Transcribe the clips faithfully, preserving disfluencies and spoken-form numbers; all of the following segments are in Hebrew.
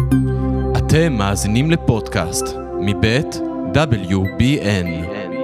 אתם מאזינים לפודקאסט מבית דאבליו בי אן.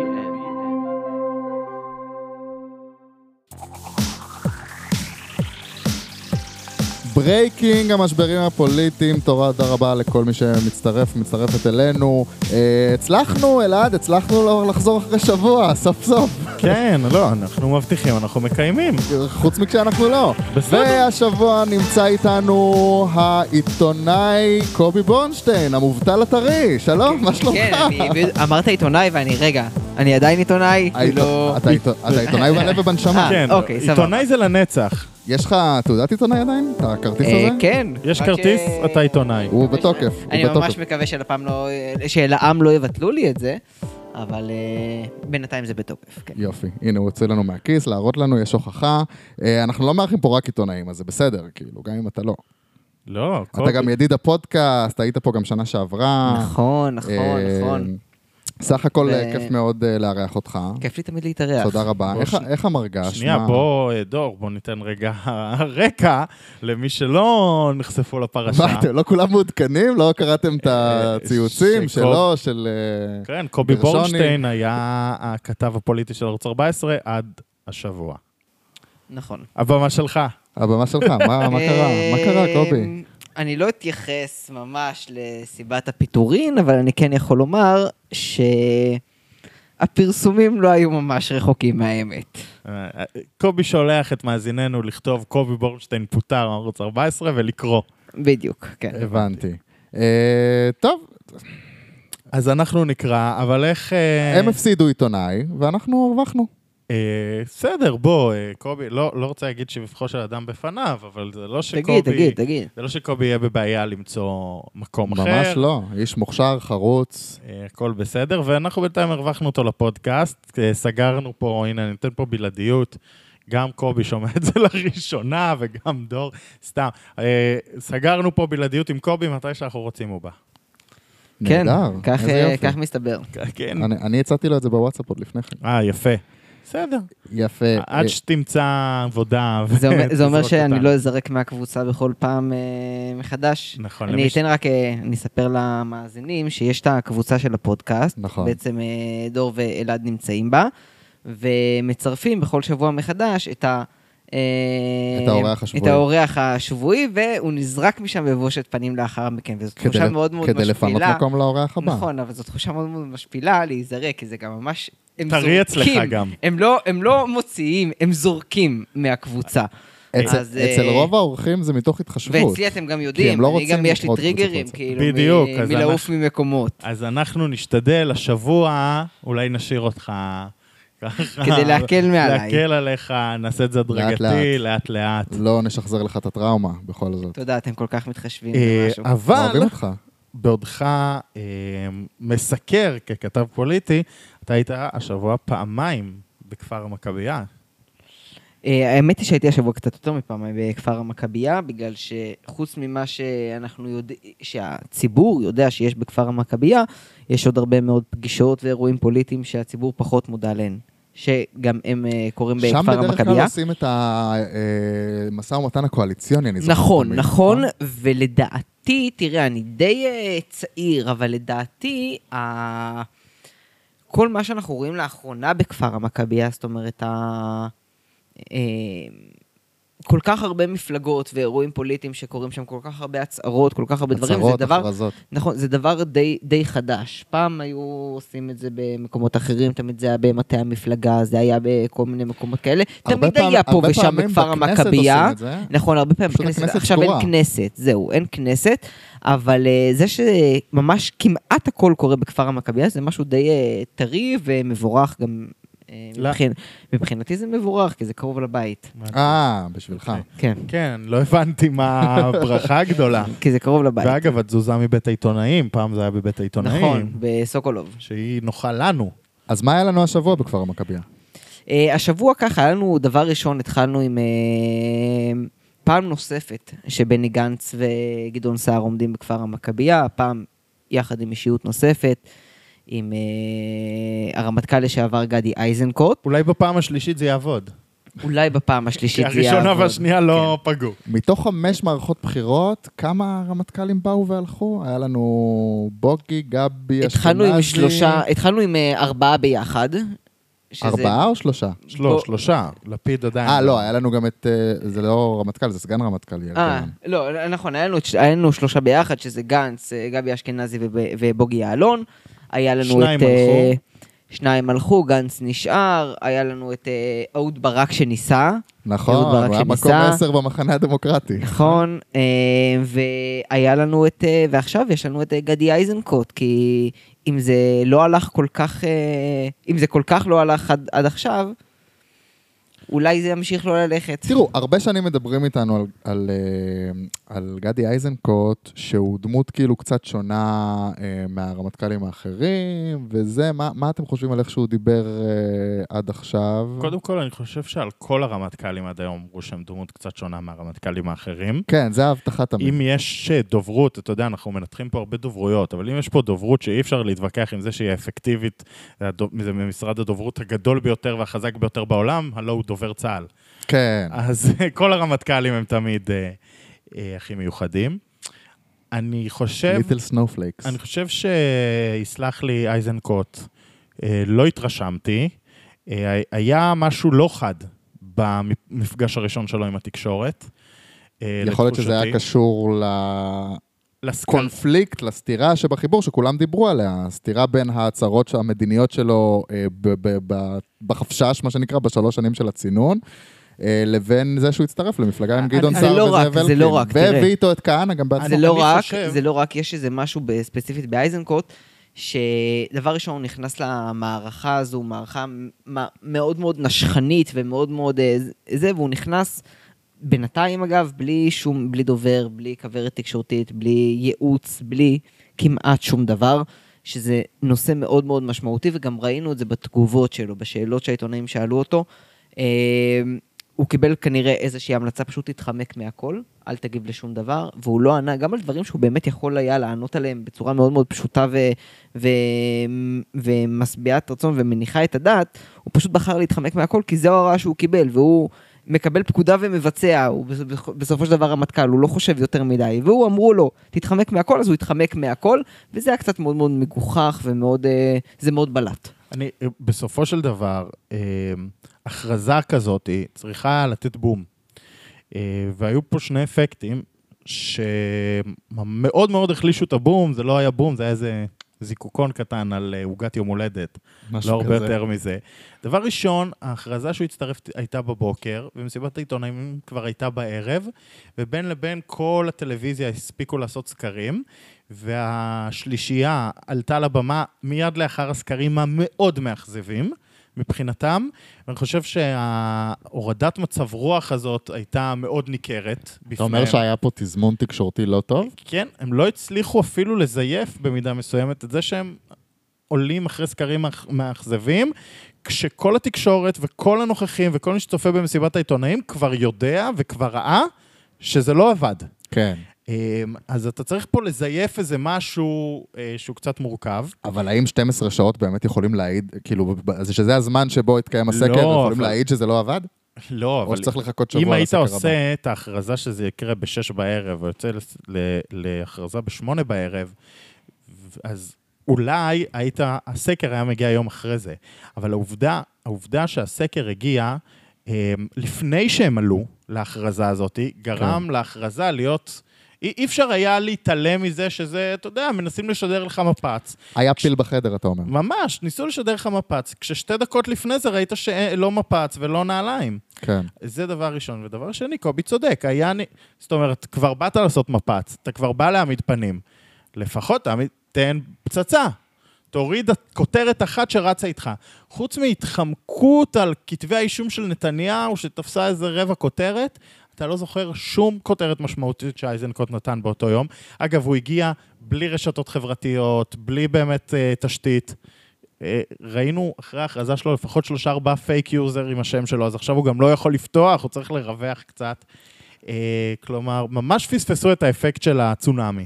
ברייקינג, המשברים הפוליטיים, תודה רבה לכל מי שמצטרף, מצטרפת אלינו. הצלחנו, אלעד, הצלחנו לחזור אחרי שבוע, סוף סוף. כן, לא, אנחנו מבטיחים, אנחנו מקיימים. חוץ מכשאנחנו לא. בסדר. והשבוע נמצא איתנו העיתונאי קובי בורנשטיין, המובטל הטרי. שלום, מה שלומך? כן, אמרת עיתונאי ואני, רגע, אני עדיין עיתונאי? אתה עיתונאי בלב ובנשמה. כן, עיתונאי זה לנצח. יש לך תעודת עיתונאי עדיין? את הכרטיס הזה? כן. יש כרטיס, אתה עיתונאי. הוא בתוקף. אני ממש מקווה שלעם לא יבטלו לי את זה, אבל בינתיים זה בתוקף. יופי, הנה הוא יוצא לנו מהכיס, להראות לנו, יש הוכחה. אנחנו לא מארחים פה רק עיתונאים, אז זה בסדר, כאילו, גם אם אתה לא. לא, אתה גם ידיד הפודקאסט, היית פה גם שנה שעברה. נכון, נכון, נכון. סך הכל כיף מאוד לארח אותך. כיף לי תמיד להתארח. תודה רבה. איך המרגש? שנייה, בוא, דור, בוא ניתן רגע רקע למי שלא נחשפו לפרשה. מה, אתם לא כולם מעודכנים? לא קראתם את הציוצים שלו, של... כן, קובי בורנשטיין היה הכתב הפוליטי של ערוץ ארבע עשרה עד השבוע. נכון. הבמה שלך. הבמה שלך, מה קרה? מה קרה, קובי? אני לא אתייחס ממש לסיבת הפיטורין, אבל אני כן יכול לומר שהפרסומים לא היו ממש רחוקים מהאמת. קובי שולח את מאזיננו לכתוב קובי בורנשטיין פוטר ערוץ ארבע עשרה ולקרוא. בדיוק, כן. הבנתי. טוב. אז אנחנו נקרא, אבל איך... הם הפסידו עיתונאי, ואנחנו הרווחנו. בסדר, בוא, קובי, לא רוצה להגיד שבפחו של אדם בפניו, אבל זה לא שקובי... תגיד, תגיד, תגיד. זה לא שקובי יהיה בבעיה למצוא מקום אחר. ממש לא, איש מוכשר, חרוץ. הכל בסדר, ואנחנו בינתיים הרווחנו אותו לפודקאסט, סגרנו פה, הנה, ניתן פה בלעדיות, גם קובי שומע את זה לראשונה, וגם דור, סתם. סגרנו פה בלעדיות עם קובי, מתי שאנחנו רוצים הוא בא. כן, כך מסתבר. כן. אני הצעתי לו את זה בוואטסאפ עוד לפני כן. אה, יפה. בסדר. יפה. עד שתמצא עבודה. זה אומר שאני לא אזרק מהקבוצה בכל פעם מחדש. נכון. אני אתן רק, אני אספר למאזינים שיש את הקבוצה של הפודקאסט. נכון. בעצם דור ואלעד נמצאים בה, ומצרפים בכל שבוע מחדש את ה... את האורח השבועי. את האורח השבועי, והוא נזרק משם בבושת פנים לאחר מכן, וזו תחושה מאוד מאוד משפילה. כדי לפנות מקום לאורח הבא. נכון, אבל זו תחושה מאוד מאוד משפילה להיזרק, כי זה גם ממש... תראי אצלך גם. הם לא, הם לא מוציאים, הם זורקים מהקבוצה. אצל רוב האורחים זה מתוך התחשבות. ואצלי אתם גם יודעים, אני גם יש לי טריגרים, כאילו, מלעוף ממקומות. אז אנחנו נשתדל, השבוע אולי נשאיר אותך... כדי להקל מעליי. להקל עליך, נעשה את זה הדרגתי, לאט לאט. לא נשחזר לך את הטראומה, בכל זאת. תודה, אתם כל כך מתחשבים במשהו. אבל, בעודך מסקר ככתב פוליטי, אתה היית השבוע פעמיים בכפר המכבייה. האמת היא שהייתי השבוע קצת יותר מפעמיים בכפר המכבייה, בגלל שחוץ ממה שאנחנו יודעים, שהציבור יודע שיש בכפר המכבייה, יש עוד הרבה מאוד פגישות ואירועים פוליטיים שהציבור פחות מודע להן, שגם הם קוראים בכפר המכבייה. שם בדרך כלל עושים את המשא ומתן הקואליציוני, אני זוכר. נכון, נכון, ולדעתי, תראה, אני די צעיר, אבל לדעתי, כל מה שאנחנו רואים לאחרונה בכפר המכבייה, זאת אומרת, ה... כל כך הרבה מפלגות ואירועים פוליטיים שקורים שם, כל כך הרבה הצהרות, כל כך הרבה דברים, הצהרות, הכרזות. נכון, זה דבר די, די חדש. פעם היו עושים את זה במקומות אחרים, תמיד זה היה במטה המפלגה, זה היה בכל מיני מקומות כאלה. תמיד פעם, היה פה ושם בכפר המכבייה. נכון, הרבה פעמים בכנסת, עכשיו אין כנסת, זהו, אין כנסת, אבל זה שממש כמעט הכל קורה בכפר המכבייה, זה משהו די טרי ומבורך גם, מבחינתי זה מבורך, כי זה קרוב לבית. אה, בשבילך. כן. כן, לא הבנתי מה הברכה הגדולה. כי זה קרוב לבית. ואגב, את זוזה מבית העיתונאים, פעם זה היה בבית העיתונאים. נכון, בסוקולוב. שהיא נוחה לנו. אז מה היה לנו השבוע בכפר המכבייה? השבוע ככה, היה לנו דבר ראשון, התחלנו עם פעם נוספת, שבני גנץ וגדעון סער עומדים בכפר המכבייה, פעם יחד עם אישיות נוספת, עם הרמטכ"ל לשעבר גדי איזנקוט. אולי בפעם השלישית זה יעבוד. אולי בפעם השלישית זה יעבוד. הראשונה והשנייה לא פגעו. מתוך חמש מערכות בחירות, כמה רמטכ"לים באו והלכו? היה לנו בוגי, גבי, אשכנזי. התחלנו עם ארבעה ביחד. ארבעה או שלושה? שלושה, לפיד עדיין. אה, לא, היה לנו גם את, זה לא רמטכ"ל, זה סגן רמטכ"ל. אה, לא, נכון, היה לנו שלושה ביחד, שזה גנץ, גבי אשכנזי ובוגי יעלון. היה לנו את... שניים הלכו, גנץ נשאר, היה לנו את אהוד ברק שניסה. נכון, הוא היה מקום עשר במחנה הדמוקרטי. נכון, והיה לנו את, ועכשיו יש לנו את גדי איזנקוט, כי אם זה לא הלך כל כך, אם זה כל כך לא הלך עד, עד עכשיו, אולי זה ימשיך לא ללכת. תראו, הרבה שנים מדברים איתנו על, על, על גדי איזנקוט, שהוא דמות כאילו קצת שונה מהרמטכ"לים האחרים, וזה, מה, מה אתם חושבים על איך שהוא דיבר עד עכשיו? קודם כל, אני חושב שעל כל הרמטכ"לים עד היום אמרו שהם דמות קצת שונה מהרמטכ"לים האחרים. כן, זה ההבטחה תמיד. אם יש דוברות, אתה יודע, אנחנו מנתחים פה הרבה דוברויות, אבל אם יש פה דוברות שאי אפשר להתווכח עם זה שהיא אפקטיבית, זה ממשרד הדוברות הגדול ביותר והחזק ביותר בעולם, הלא הוא דובר צה"ל. כן. אז כל הרמטכ"לים הם תמיד אה, אה, הכי מיוחדים. אני חושב... Little snowflakes. אני חושב שיסלח לי אייזנקוט, אה, לא התרשמתי. אה, היה משהו לא חד במפגש הראשון שלו עם התקשורת. אה, יכול להיות שזה היה קשור ל... לקונפליקט, לסתירה שבחיבור שכולם דיברו עליה, סתירה בין ההצהרות המדיניות שלו בחפשש, מה שנקרא, בשלוש שנים של הצינון, לבין זה שהוא הצטרף למפלגה עם גדעון סער וזאב אלקין. זה לא רק, תראה. והביא איתו את כהנא גם בעצמו. זה לא רק, זה לא רק, יש איזה משהו ספציפית באייזנקוט, שדבר ראשון הוא נכנס למערכה הזו, מערכה מאוד מאוד נשכנית ומאוד מאוד זה, והוא נכנס... בינתיים אגב, בלי שום, בלי דובר, בלי כברת תקשורתית, בלי ייעוץ, בלי כמעט שום דבר, שזה נושא מאוד מאוד משמעותי, וגם ראינו את זה בתגובות שלו, בשאלות שהעיתונאים שאלו אותו. הוא קיבל כנראה איזושהי המלצה, פשוט להתחמק מהכל, אל תגיב לשום דבר, והוא לא ענה, גם על דברים שהוא באמת יכול היה לענות עליהם בצורה מאוד מאוד פשוטה ו- ו- ומשביעת רצון ומניחה את הדעת, הוא פשוט בחר להתחמק מהכל, כי זה ההוראה שהוא קיבל, והוא מקבל פקודה ומבצע, הוא בסופו של דבר המטכ"ל, הוא לא חושב יותר מדי, והוא אמרו לו, תתחמק מהכל, אז הוא יתחמק מהכל, וזה היה קצת מאוד מאוד מגוחך, ומאוד, זה מאוד בלט. אני, בסופו של דבר, הכרזה כזאת צריכה לתת בום. והיו פה שני אפקטים, שמאוד מאוד החלישו את הבום, זה לא היה בום, זה היה איזה זיקוקון קטן על עוגת יום הולדת. לא הרבה יותר מזה. דבר ראשון, ההכרזה שהוא הצטרף הייתה בבוקר, ומסיבת העיתונאים כבר הייתה בערב, ובין לבין כל הטלוויזיה הספיקו לעשות סקרים, והשלישייה עלתה לבמה מיד לאחר הסקרים המאוד מאכזבים, מבחינתם, ואני חושב שההורדת מצב רוח הזאת הייתה מאוד ניכרת. אתה אומר שהיה פה תזמון תקשורתי לא טוב? כן, הם לא הצליחו אפילו לזייף במידה מסוימת את זה שהם עולים אחרי סקרים מאכזבים, כשכל התקשורת וכל הנוכחים וכל מי שצופה במסיבת העיתונאים כבר יודע וכבר ראה שזה לא עבד. כן. אז אתה צריך פה לזייף איזה משהו שהוא קצת מורכב. אבל האם שתים עשרה שעות באמת יכולים להעיד, כאילו, שזה הזמן שבו התקיים הסקר, יכולים להעיד שזה לא עבד? לא, אבל שצריך לחכות שבוע אם היית עושה את ההכרזה שזה יקרה בשש בערב, או יוצא להכרזה בשמונה בערב, אז אולי היית, הסקר היה מגיע יום אחרי זה. אבל העובדה, העובדה שהסקר הגיע לפני שהם עלו להכרזה הזאת, גרם להכרזה להיות... אי אפשר היה להתעלם מזה שזה, אתה יודע, מנסים לשדר לך מפץ. היה פיל בחדר, אתה אומר. ממש, ניסו לשדר לך מפץ. כששתי דקות לפני זה ראית שלא מפץ ולא נעליים. כן. זה דבר ראשון. ודבר שני, קובי צודק. היה, זאת אומרת, כבר באת לעשות מפץ, אתה כבר בא להעמיד פנים. לפחות תן פצצה. תוריד כותרת אחת שרצה איתך. חוץ מהתחמקות על כתבי האישום של נתניהו, שתפסה איזה רבע כותרת, אתה לא זוכר שום כותרת משמעותית שאייזנקוט נתן באותו יום. אגב, הוא הגיע בלי רשתות חברתיות, בלי באמת uh, תשתית. Uh, ראינו אחרי ההכרזה שלו לפחות שלושה ארבעה פייק יוזר עם השם שלו, אז עכשיו הוא גם לא יכול לפתוח, הוא צריך לרווח קצת. Uh, כלומר, ממש פספסו את האפקט של הצונאמי.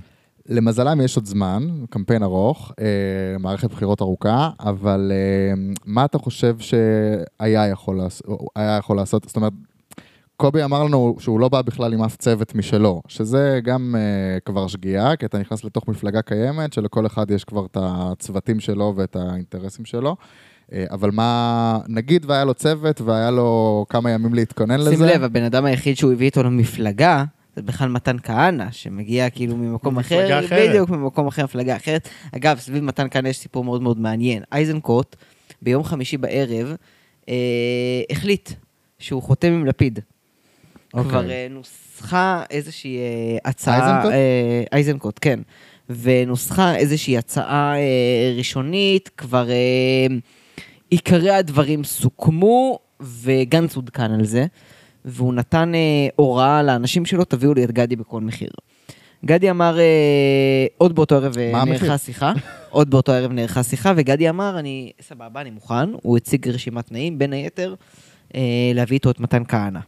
למזלם יש עוד זמן, קמפיין ארוך, מערכת בחירות ארוכה, אבל מה אתה חושב שהיה יכול לעשות, היה יכול לעשות, זאת אומרת, קובי אמר לנו שהוא לא בא בכלל עם אף צוות משלו, שזה גם uh, כבר שגיאה, כי אתה נכנס לתוך מפלגה קיימת, שלכל אחד יש כבר את הצוותים שלו ואת האינטרסים שלו, uh, אבל מה, נגיד והיה לו צוות והיה לו כמה ימים להתכונן לזה. שים לב, הבן אדם היחיד שהוא הביא איתו למפלגה, זה בכלל מתן כהנא, שמגיע כאילו ממקום אחר, בדיוק ממקום אחר, מפלגה אחרת. אגב, סביב מתן כהנא יש סיפור מאוד מאוד מעניין. איזנקוט, ביום חמישי בערב, אה, החליט שהוא חותם עם לפיד. Okay. כבר uh, נוסחה איזושהי uh, הצעה... איזנקוט? Uh, איזנקוט, כן. ונוסחה איזושהי הצעה uh, ראשונית, כבר uh, עיקרי הדברים סוכמו, וגנץ עודכן על זה, והוא נתן uh, הוראה לאנשים שלו, תביאו לי את גדי בכל מחיר. גדי אמר, uh, עוד באותו ערב נערכה שיחה, עוד באותו ערב נערכה שיחה, וגדי אמר, אני סבבה, אני מוכן, הוא הציג רשימת תנאים, בין היתר, uh, להביא איתו את מתן כהנא.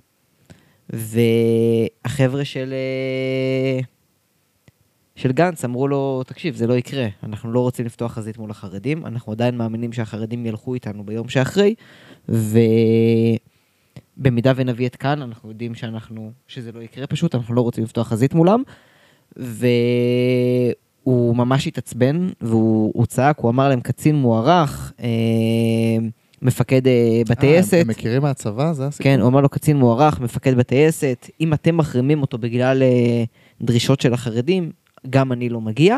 והחבר'ה של של גנץ אמרו לו, תקשיב, זה לא יקרה, אנחנו לא רוצים לפתוח חזית מול החרדים, אנחנו עדיין מאמינים שהחרדים ילכו איתנו ביום שאחרי, ובמידה ונביא את כאן, אנחנו יודעים שאנחנו, שזה לא יקרה פשוט, אנחנו לא רוצים לפתוח חזית מולם, והוא ממש התעצבן, והוא צעק, הוא אמר להם קצין מוערך, מפקד בתי אסת. הם מכירים מהצבא, זה הסיפור? כן, הוא אמר לו קצין מוערך, מפקד בתי אסת, אם אתם מחרימים אותו בגלל דרישות של החרדים, גם אני לא מגיע,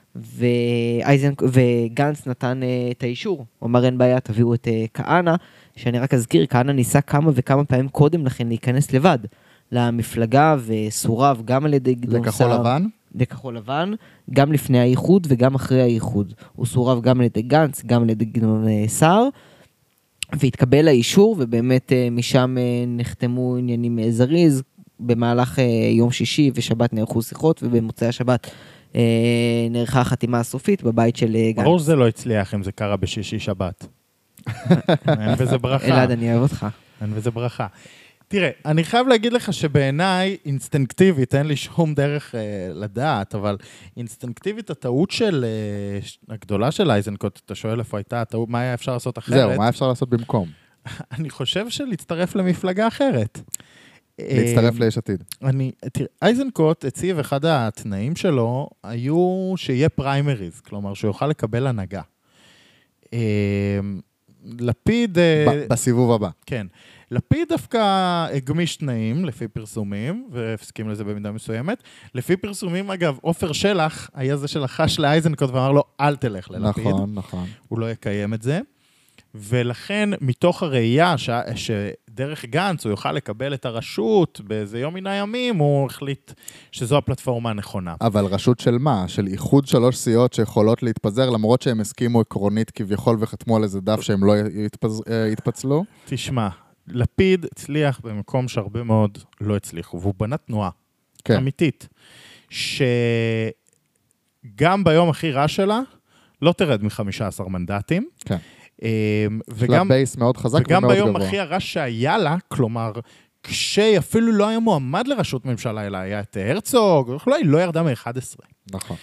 וגנץ נתן את האישור, הוא אמר אין בעיה, תביאו את כהנא, שאני רק אזכיר, כהנא ניסה כמה וכמה פעמים קודם לכן להיכנס לבד, למפלגה וסורב גם על ידי גדעון סער. לכחול לבן? לכחול לבן, גם לפני האיחוד וגם אחרי האיחוד. הוא סורב גם על ידי גנץ, גם על ידי גדעון סער, והתקבל האישור, ובאמת משם נחתמו עניינים זריז, במהלך יום שישי ושבת נערכו שיחות, ובמוצאי השבת נערכה החתימה הסופית בבית של גנץ. ברור שזה לא הצליח אם זה קרה בשישי שבת. אין וזה ברכה. אלעד, אני אוהב אותך. אין וזה ברכה. תראה, אני חייב להגיד לך שבעיניי, אינסטינקטיבית, אין לי שום דרך אה, לדעת, אבל אינסטינקטיבית, הטעות של, אה, הגדולה של אייזנקוט, אתה שואל איפה הייתה, הטעות, מה היה אפשר לעשות אחרת? זהו, מה אפשר לעשות במקום? אני חושב שלהצטרף למפלגה אחרת. להצטרף ליש עתיד. אני, תראה, אייזנקוט הציב, אחד התנאים שלו, היו שיהיה פריימריז, כלומר, שהוא יוכל לקבל הנהגה. אה, לפיד... בסיבוב הבא. כן. לפיד דווקא הגמיש תנאים, לפי פרסומים, והפסקים לזה במידה מסוימת. לפי פרסומים, אגב, עופר שלח היה זה שלחש לאייזנקוט ואמר לו, אל תלך ללפיד. נכון, נכון. הוא לא יקיים את זה. ולכן, מתוך הראייה ש... שדרך גנץ הוא יוכל לקבל את הרשות באיזה יום מן הימים, הוא החליט שזו הפלטפורמה הנכונה. אבל רשות של מה? של איחוד שלוש סיעות שיכולות להתפזר, למרות שהם הסכימו עקרונית כביכול וחתמו על איזה דף שהם לא יתפז... יתפצלו? תשמע, לפיד הצליח במקום שהרבה מאוד לא הצליחו, והוא בנה תנועה כן. אמיתית, שגם ביום הכי רע שלה, לא תרד מ-חמישה עשר מנדטים. כן. וגם, בייס מאוד חזק ומאוד וגם ביום גבוה. הכי הרע שהיה לה, כלומר, כשאפילו לא היה מועמד לראשות ממשלה, אלא היה את הרצוג, אולי לא ירדה מ-אחד עשר. נכון.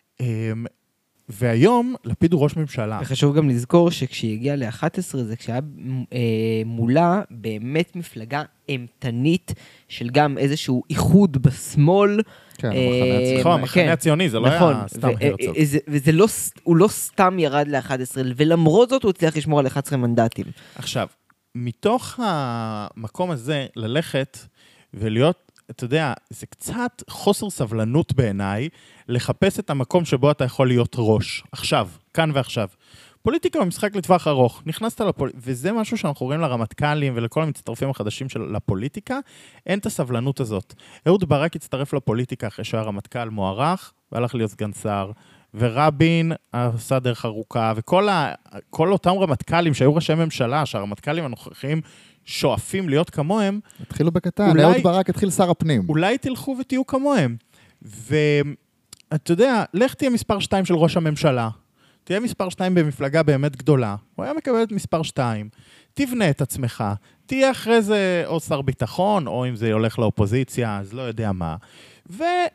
והיום, לפיד הוא ראש ממשלה. וחשוב גם לזכור שכשהיא הגיעה ל-אחת עשרה, זה כשהיה אה, מולה באמת מפלגה אימתנית של גם איזשהו איחוד בשמאל. כן, המחנה הציוני. נכון, המחנה הציוני, זה לא היה סתם הרצוג. וזה לא, הוא לא סתם ירד ל-אחת עשרה, ולמרות זאת הוא הצליח לשמור על אחד עשר מנדטים. עכשיו, מתוך המקום הזה ללכת ולהיות, אתה יודע, זה קצת חוסר סבלנות בעיניי, לחפש את המקום שבו אתה יכול להיות ראש. עכשיו, כאן ועכשיו. פוליטיקה הוא משחק לטווח ארוך. נכנסת לפוליטיקה, וזה משהו שאנחנו רואים לרמטכ"לים ולכל המצטרפים החדשים של לפוליטיקה, אין את הסבלנות הזאת. אהוד ברק הצטרף לפוליטיקה אחרי שהיה רמטכ"ל מוערך, והלך להיות סגן שר, ורבין עשה דרך ארוכה, וכל ה, כל אותם רמטכ"לים שהיו ראשי ממשלה, שהרמטכ"לים הנוכחים שואפים להיות כמוהם, התחילו בקטן, אהוד ברק התחיל שר הפנים. אולי תלכו ותהיו כמוהם. ואתה יודע, לך תהיה מספר שתיים של ראש הממשלה, תהיה מספר שתיים במפלגה באמת גדולה, הוא היה מקבל את מספר שתיים, תבנה את עצמך, תהיה אחרי זה או שר ביטחון, או אם זה הולך לאופוזיציה, אז לא יודע מה.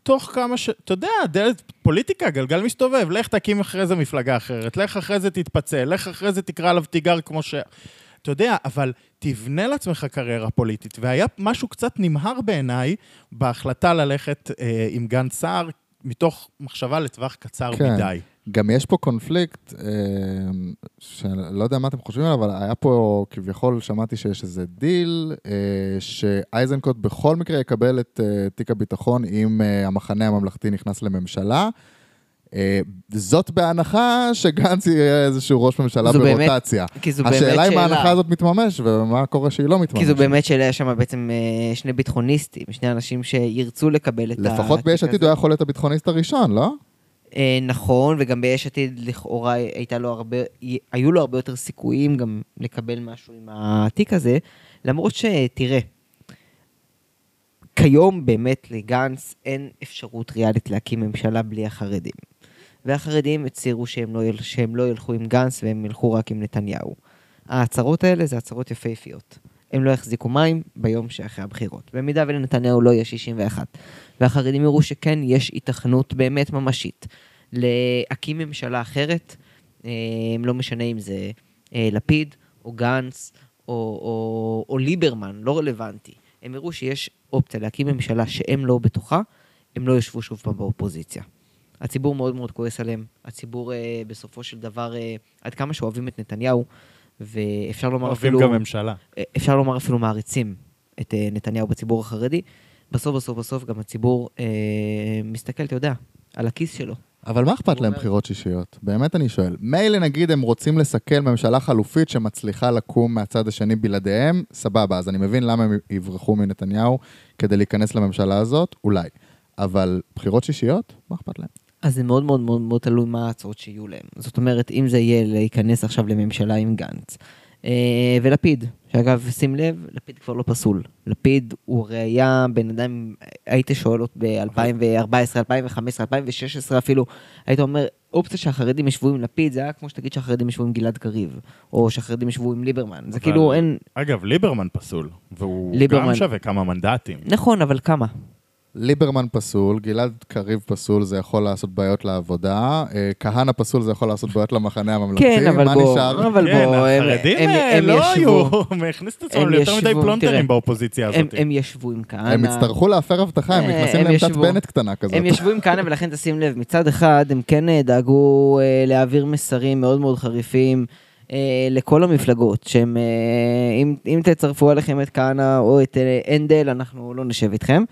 תוך כמה ש... אתה יודע, דלת פוליטיקה, גלגל מסתובב, לך תקים אחרי זה מפלגה אחרת, לך אחרי זה תתפצל, לך אחרי זה תקרא עליו תיגר כמו ש... אתה יודע, אבל תבנה לעצמך קריירה פוליטית, והיה משהו קצת נמהר בעיניי, בהחלטה ללכת אה, עם גן סער, מתוך מחשבה לטווח קצר כן. מדי. גם יש פה קונפליקט, אה, שלא יודע מה אתם חושבים עליו, אבל היה פה, כביכול, שמעתי שיש איזה דיל, אה, שאייזנקוט בכל מקרה יקבל את אה, תיק הביטחון, אם אה, המחנה הממלכתי נכנס לממשלה, זאת בהנחה שגנץ יהיה איזשהו ראש ממשלה ברוטציה. השאלה אם ההנחה הזאת מתממש, ומה קורה שהיא לא מתממש. כי זו באמת שאלה, יש שם בעצם שני ביטחוניסטים, שני אנשים שירצו לקבל את ה... לפחות ביש עתיד הוא היה יכול להיות הביטחוניסט הראשון, לא? נכון, וגם ביש עתיד לכאורה היו לו הרבה יותר סיכויים גם לקבל משהו עם התיק הזה, למרות שתראה, כיום באמת לגנץ אין אפשרות ריאלית להקים ממשלה בלי החרדים. והחרדים הצהירו שהם לא, שהם לא ילכו עם גנץ והם ילכו רק עם נתניהו. ההצהרות האלה זה הצהרות יפהפיות. הם לא יחזיקו מים ביום שאחרי הבחירות. במידה ולנתניהו לא יהיה שישים ואחת. והחרדים יראו שכן יש התכנות באמת ממשית להקים ממשלה אחרת, לא משנה אם זה לפיד או גנץ או, או, או ליברמן, לא רלוונטי. הם יראו שיש אופציה להקים ממשלה שהם לא בתוכה, הם לא יושבו שוב פעם באופוזיציה. הציבור מאוד מאוד כועס עליהם, הציבור אה, בסופו של דבר, אה, עד כמה שאוהבים את נתניהו, ואפשר לומר אפילו... אוהבים גם ממשלה. אה, אפשר לומר אפילו מעריצים את אה, נתניהו בציבור החרדי, בסוף בסוף בסוף גם הציבור אה, מסתכל, אתה יודע, על הכיס שלו. אבל מה אכפת להם בחירות שישיות? באמת אני שואל. מילא נגיד הם רוצים לסכל ממשלה חלופית שמצליחה לקום מהצד השני בלעדיהם, סבבה, אז אני מבין למה הם יברחו מנתניהו כדי להיכנס לממשלה הזאת, אולי. אבל בחירות שישיות, מה אכפת להם? אז זה מאוד מאוד מאוד מאוד תלוי מה ההצעות שיהיו להם. זאת אומרת, אם זה יהיה להיכנס עכשיו לממשלה עם גנץ, ולפיד, שאגב, שים לב, לפיד כבר לא פסול. לפיד הוא הרי היה בן אדם, היית שואל אותו ב-אלפיים וארבע עשרה, אלפיים וחמש עשרה, אלפיים ושש עשרה אפילו, היית אומר, אופציה שהחרדים ישבו עם לפיד, זה היה כמו שתגיד שהחרדים ישבו עם גלעד קריב, או שהחרדים ישבו עם ליברמן. זה כאילו אין... אגב, ליברמן פסול, והוא גם שווה כמה מנדטים. נכון, אבל כמה? ליברמן פסול, גלעד קריב פסול, זה יכול לעשות בעיות לעבודה, כהנא פסול, זה יכול לעשות בעיות למחנה הממלכתי. כן, אבל בוא, אבל בוא, החרדים לא היו, הם הכניסו את עצמם ליותר מדי פלונטרים באופוזיציה הזאת. הם ישבו עם כהנא. הם יצטרכו להפר הבטחה, הם נכנסים לעמדת בנט קטנה כזאת. הם ישבו עם כהנא, ולכן תשים לב, מצד אחד, הם כן דאגו להעביר מסרים מאוד מאוד חריפים, לכל המפלגות, שהם, אם תצרפו עליכם את כהנא או את אנדל, אנחנו לא נשב איתכם.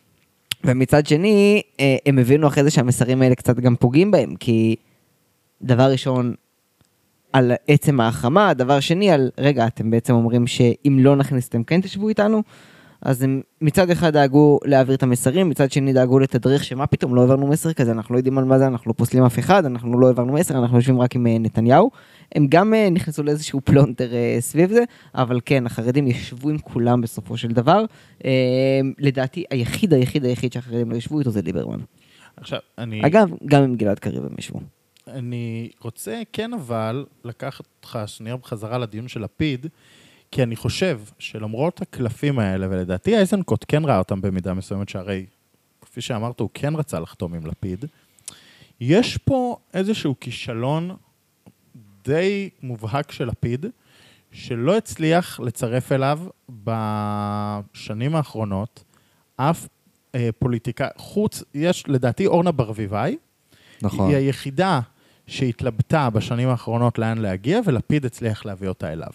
ומצד שני, הם הבינו אחרי זה שהמסרים האלה קצת גם פוגעים בהם, כי דבר ראשון, על עצם ההחרמה, דבר שני, על, רגע, אתם בעצם אומרים שאם לא נכניס, אתם כן תשבו איתנו, אז הם מצד אחד דאגו להעביר את המסרים, מצד שני דאגו לתדריך שמה פתאום לא העברנו מסר כזה, אנחנו לא יודעים על מה זה, אנחנו לא פוסלים אף אחד, אנחנו לא העברנו מסר, אנחנו יושבים רק עם נתניהו, הם גם נכנסו לאיזשהו פלונטר סביב זה, אבל כן, החרדים ישבו עם כולם בסופו של דבר, לדעתי היחיד, היחיד, היחיד שהחרדים לא ישבו איתו זה ליברמן. עכשיו, אני... אגב, גם עם גלעד קריב הם ישבו. אני רוצה כן אבל לקחת אותך שנייה בחזרה לדיון של לפיד, כי אני חושב שלמרות הקלפים האלה, ולדעתי אייזנקוט כן ראה אותם במידה מסוימת, שהרי, כפי שאמרת, הוא כן רצה לחתום עם לפיד, יש פה איזשהו כישלון די מובהק של לפיד, שלא הצליח לצרף אליו בשנים האחרונות, אף אה, פוליטיקה, חוץ, יש לדעתי אורנה ברביבאי, נכון. היא היחידה שהתלבטה בשנים האחרונות לאן להגיע, ולפיד הצליח להביא אותה אליו.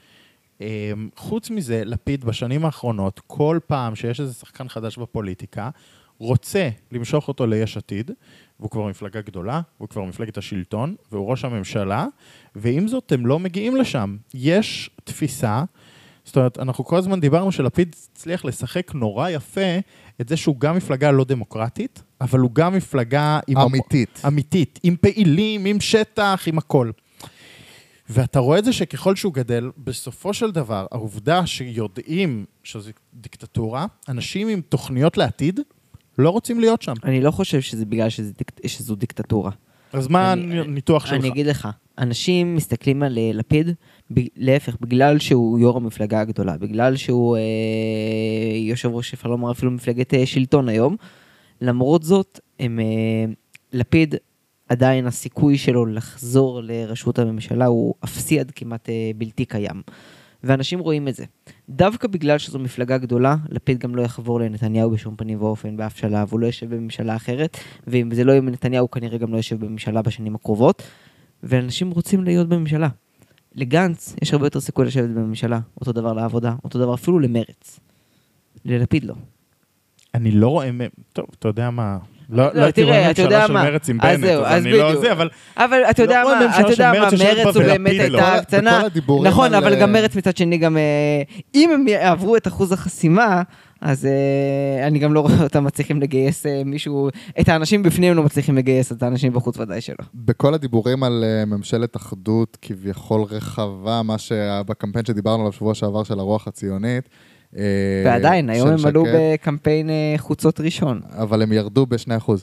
חוץ מזה, לפיד בשנים האחרונות, כל פעם שיש איזה שחקן חדש בפוליטיקה, רוצה למשוך אותו ליש עתיד, והוא כבר מפלגה גדולה, והוא כבר מפלגת השלטון, והוא ראש הממשלה, ועם זאת הם לא מגיעים לשם. יש תפיסה, זאת אומרת, אנחנו כל הזמן דיברנו שלפיד הצליח לשחק נורא יפה את זה שהוא גם מפלגה לא דמוקרטית, אבל הוא גם מפלגה אמיתית. אמיתית, עם פעילים, עם שטח, עם הכל. ואתה רואה את זה שככל שהוא גדל, בסופו של דבר, העובדה שיודעים שזו דיקטטורה, אנשים עם תוכניות לעתיד לא רוצים להיות שם. אני לא חושב שזה בגלל שזה דיק... שזו דיקטטורה. אז מה הניתוח שלך? אני אגיד לך, אנשים מסתכלים על לפיד, ב... להפך, בגלל שהוא יו"ר המפלגה הגדולה, בגלל שהוא אה, יושב ראש, אפשר לומר אפילו מפלגת אה, שלטון היום, למרות זאת, הם, לפיד עדיין הסיכוי שלו לחזור לראשות הממשלה הוא אפסי עד כמעט בלתי קיים. ואנשים רואים את זה. דווקא בגלל שזו מפלגה גדולה, לפיד גם לא יחבור לנתניהו בשום פנים ואופן באף שלב, הוא לא יושב בממשלה אחרת, ואם זה לא יהיה מנתניהו, הוא כנראה גם לא יושב בממשלה בשנים הקרובות, ואנשים רוצים להיות בממשלה. לגנץ יש הרבה יותר סיכוי לשבת בממשלה, אותו דבר לעבודה, אותו דבר אפילו למרץ. ללפיד לא. אני לא רואה, טוב, אתה יודע מה... לא הייתי רואה ממשלה של מרץ עם בנט, אז אני לא זה, אבל... אבל אתה יודע מה, אתה יודע מה, מרץ הוא באמת הייתה קטנה. נכון, אבל גם מרץ מצד שני גם... אם הם יעברו את אחוז החסימה, אז אני גם לא רואה אותם מצליחים לגייס מישהו... את האנשים בפנים לא מצליחים לגייס, את האנשים בחוץ ודאי שלא. בכל הדיבורים על ממשלת אחדות, כביכול רחבה, מה שבקמפיין שדיברנו עליו שבוע שעבר של הרוח הציונית, ועדיין, היום הם עלו בקמפיין חוצות ראשון. אבל הם ירדו בשני אחוז.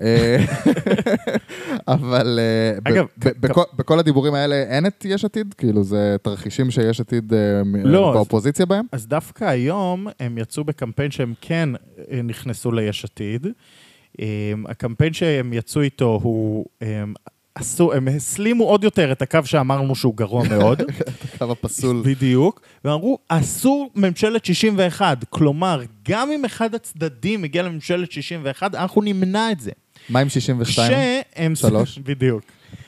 אבל בכל הדיבורים האלה אין את יש עתיד? כאילו זה תרחישים שיש עתיד באופוזיציה בהם? אז דווקא היום הם יצאו בקמפיין שהם כן נכנסו ליש עתיד. הקמפיין שהם יצאו איתו הוא... עשו, הם הסלימו עוד יותר את הקו שאמרנו שהוא גרוע מאוד. את הקו הפסול. בדיוק. ואמרו, אסור ממשלת שישים ואחת. כלומר, גם אם אחד הצדדים הגיע לממשלת שישים ואחת, אנחנו נמנע את זה. מה עם שישים ושתיים? שלוש. בדיוק.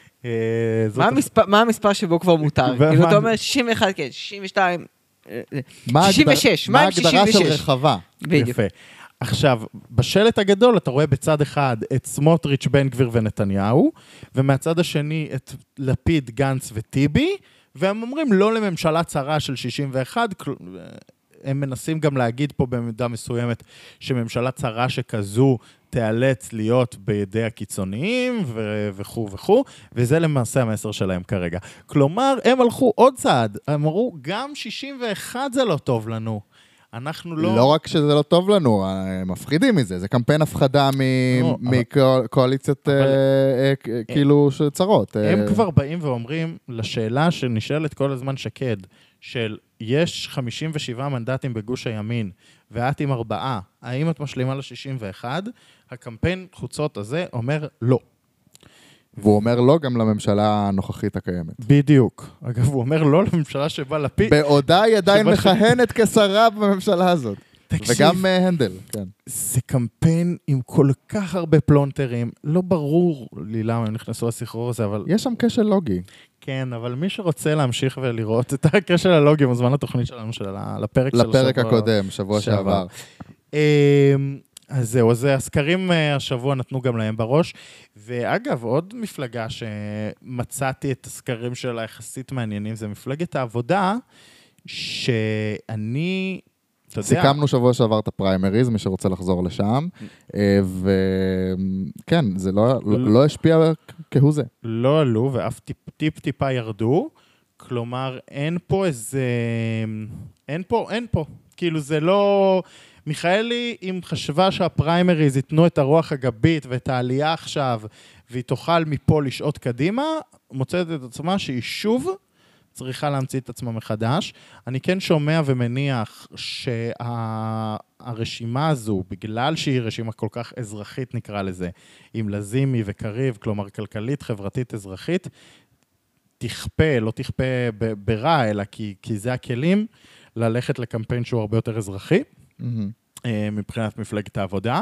מה המספר שבו כבר מותר? כאילו אתה אומר שישים ואחת, כן, שישים ושתיים, שישים ושש. מה ההגדרה של רחבה? יפה. עכשיו, בשלט הגדול אתה רואה בצד אחד את סמוטריץ', בן גביר ונתניהו, ומהצד השני את לפיד, גנץ וטיבי, והם אומרים לא לממשלה צרה של שישים ואחת, הם מנסים גם להגיד פה במידה מסוימת שממשלה צרה שכזו תיאלץ להיות בידי הקיצוניים וכו' וכו', וזה למעשה המסר שלהם כרגע. כלומר, הם הלכו עוד צעד, הם אמרו גם שישים ואחת זה לא טוב לנו. אנחנו לא... לא רק שזה לא טוב לנו, מפחידים מזה, זה קמפיין הפחדה מקואליציות כאילו צרות. הם כבר באים ואומרים לשאלה שנשאלת כל הזמן שקד, של יש חמישים ושבעה מנדטים בגוש הימין, ואת עם ארבעה, האם את משלימה ל-שישים ואחת? הקמפיין חוצות הזה אומר לא. והוא אומר לא גם לממשלה הנוכחית הקיימת. בדיוק. אגב, הוא אומר לא לממשלה שבא לפיד. בעודה היא עדיין מכהנת כשרה בממשלה הזאת. וגם הנדל, כן. זה קמפיין עם כל כך הרבה פלונטרים. לא ברור לי למה הם נכנסו לסחרור הזה, אבל... יש שם קשר לוגי. כן, אבל מי שרוצה להמשיך ולראות את הקשר הלוגי, מוזמן לתוכנית שלנו, לפרק של השבוע. לפרק הקודם, שבוע שעבר. אז זהו, אז הסקרים השבוע נתנו גם להם בראש, ואגב, עוד מפלגה שמצאתי את הסקרים שלה יחסית מעניינים, זה מפלגת העבודה, שאני, אתה יודע... סיכמנו שבוע שעבר את הפריימריז, מי שרוצה לחזור לשם, וכן, זה לא, לא השפיע כהוא זה. לא עלו, ואף טיפ, טיפ טיפה ירדו, כלומר, אין פה איזה... אין פה, אין פה. כאילו, זה לא... מיכאלי, אם חשבה שהפריימריז ייתנו את הרוח הגבית ואת העלייה עכשיו, והיא תוכל מפה לשעות קדימה, מוצאת את עצמה שהיא שוב צריכה להמציא את עצמה מחדש. אני כן שומע ומניח שהרשימה הזו, בגלל שהיא רשימה כל כך אזרחית נקרא לזה, עם לזימי וקריב, כלומר כלכלית, חברתית, אזרחית, תכפה, לא תכפה ברע, אלא כי, כי זה הכלים ללכת לקמפיין שהוא הרבה יותר אזרחי. מבחינת מפלגת העבודה,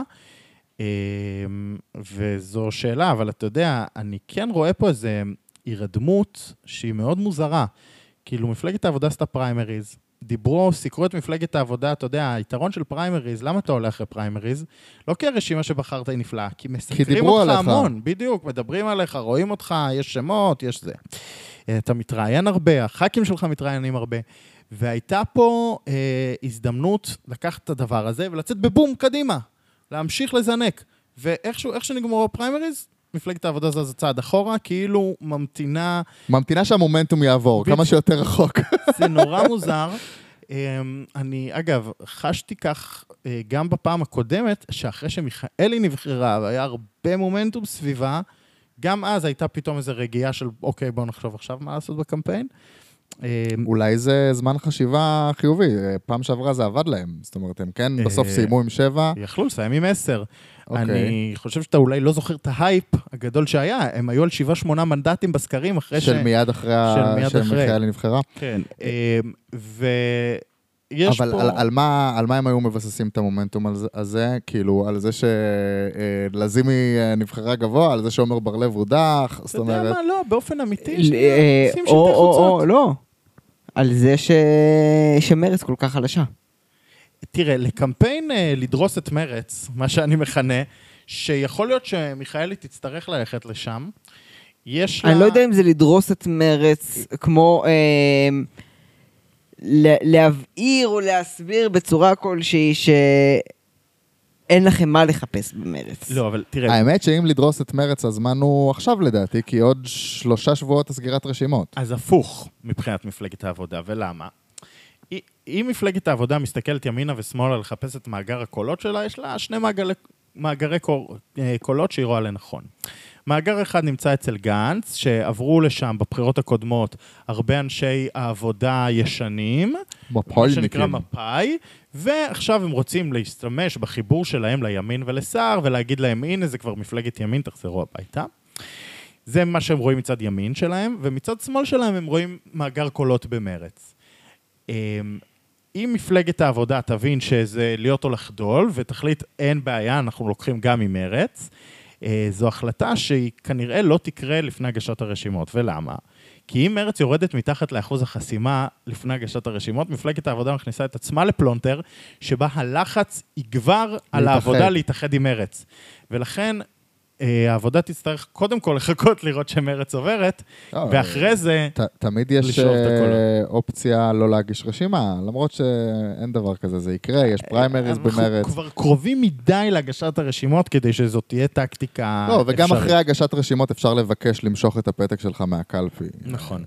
וזו שאלה, אבל אתה יודע, אני כן רואה פה איזו הירדמות שהיא מאוד מוזרה, כאילו מפלגת העבודה עשתה פריימריז, דיברו, סיקרו את מפלגת העבודה, אתה יודע, היתרון של פריימריז, למה אתה הולך לפריימריז? לא כי הרשימה שבחרת היא נפלאה, כי מסקרים אותך המון, בדיוק, מדברים עליך, רואים אותך, יש שמות, יש זה. אתה מתראיין הרבה, הח"כים שלך מתראיינים הרבה, והייתה פה אה, הזדמנות לקחת את הדבר הזה ולצאת בבום קדימה, להמשיך לזנק. ואיכשהו, איך שנגמור הפריימריז, מפלגת העבודה זה צעד אחורה, כאילו ממתינה... ממתינה שהמומנטום יעבור, ב... כמה שיותר רחוק. זה נורא מוזר. אה, אני, אגב, חשתי כך אה, גם בפעם הקודמת, שאחרי שמיכאלי נבחרה, והיה הרבה מומנטום סביבה, גם אז הייתה פתאום איזו רגיעה של, אוקיי, בואו נחשוב עכשיו מה לעשות בקמפיין. אולי זה זמן חשיבה חיובי, פעם שעברה זה עבד להם, זאת אומרת, הם כן בסוף סיימו עם שבע. יכלו לסיים עם עשר. אני חושב שאתה אולי לא זוכר את ההייפ הגדול שהיה, הם היו על שבעה שמונה מנדטים בסקרים אחרי ש... של מיד אחרי שמיכאלי נבחרה. כן, ויש פה... אבל על מה הם היו מבססים את המומנטום הזה? כאילו, על זה שלזימי נבחרה גבוה, על זה שאומר בר-לב הודח, זאת אומרת... אתה יודע מה, לא, באופן אמיתי, או, או, או, לא. על זה שמרץ כל כך חלשה. תראה, לקמפיין לדרוס את מרץ, מה שאני מכנה, שיכול להיות שמיכאלי תצטרך ללכת לשם, יש לה... אני לא יודע אם זה לדרוס את מרץ, כמו להבהיר או להסביר בצורה כלשהי שאין לכם מה לחפש במרץ. לא, אבל תראה... האמת שאם לדרוס את מרץ, הזמן הוא עכשיו לדעתי, כי עוד שלושה שבועות הסגירת רשימות. אז הפוך מבחינת מפלגת העבודה, ולמה? אם מפלגת העבודה מסתכלת ימינה ושמאלה לחפש את מאגר הקולות שלה, יש לה שני מאגרי, מאגרי קולות שהיא רואה לנכון. מאגר אחד נמצא אצל גנץ, שעברו לשם בבחירות הקודמות הרבה אנשי העבודה ישנים, מה שנקרא מפאי, ועכשיו הם רוצים להשתמש בחיבור שלהם לימין ולסער, ולהגיד להם, הנה זה כבר מפלגת ימין, תחזרו הביתה. זה מה שהם רואים מצד ימין שלהם, ומצד שמאל שלהם הם רואים מאגר קולות במרץ. אם מפלגת העבודה תבין שזה להיות או לחדול, ותחליט אין בעיה, אנחנו לוקחים גם ממרץ, זו החלטה שהיא כנראה לא תקרה לפני הגשת הרשימות. ולמה? כי אם מרץ יורדת מתחת לאחוז החסימה לפני הגשת הרשימות, מפלגת העבודה מכניסה את עצמה לפלונטר, שבה הלחץ יגבר על העבודה להתאחד עם מרץ. ולכן... העבודה תצטרך קודם כל לחכות לראות שמרץ עוברת, ואחרי זה תמיד יש אופציה לא להגיש רשימה, למרות שאין דבר כזה, זה יקרה, יש פריימריז במרץ. אנחנו כבר קרובים מדי להגשת הרשימות, כדי שזאת תהיה טקטיקה אפשרית. לא, וגם אחרי הגשת רשימות אפשר לבקש למשוך את הפתק שלך מהקלפי. נכון.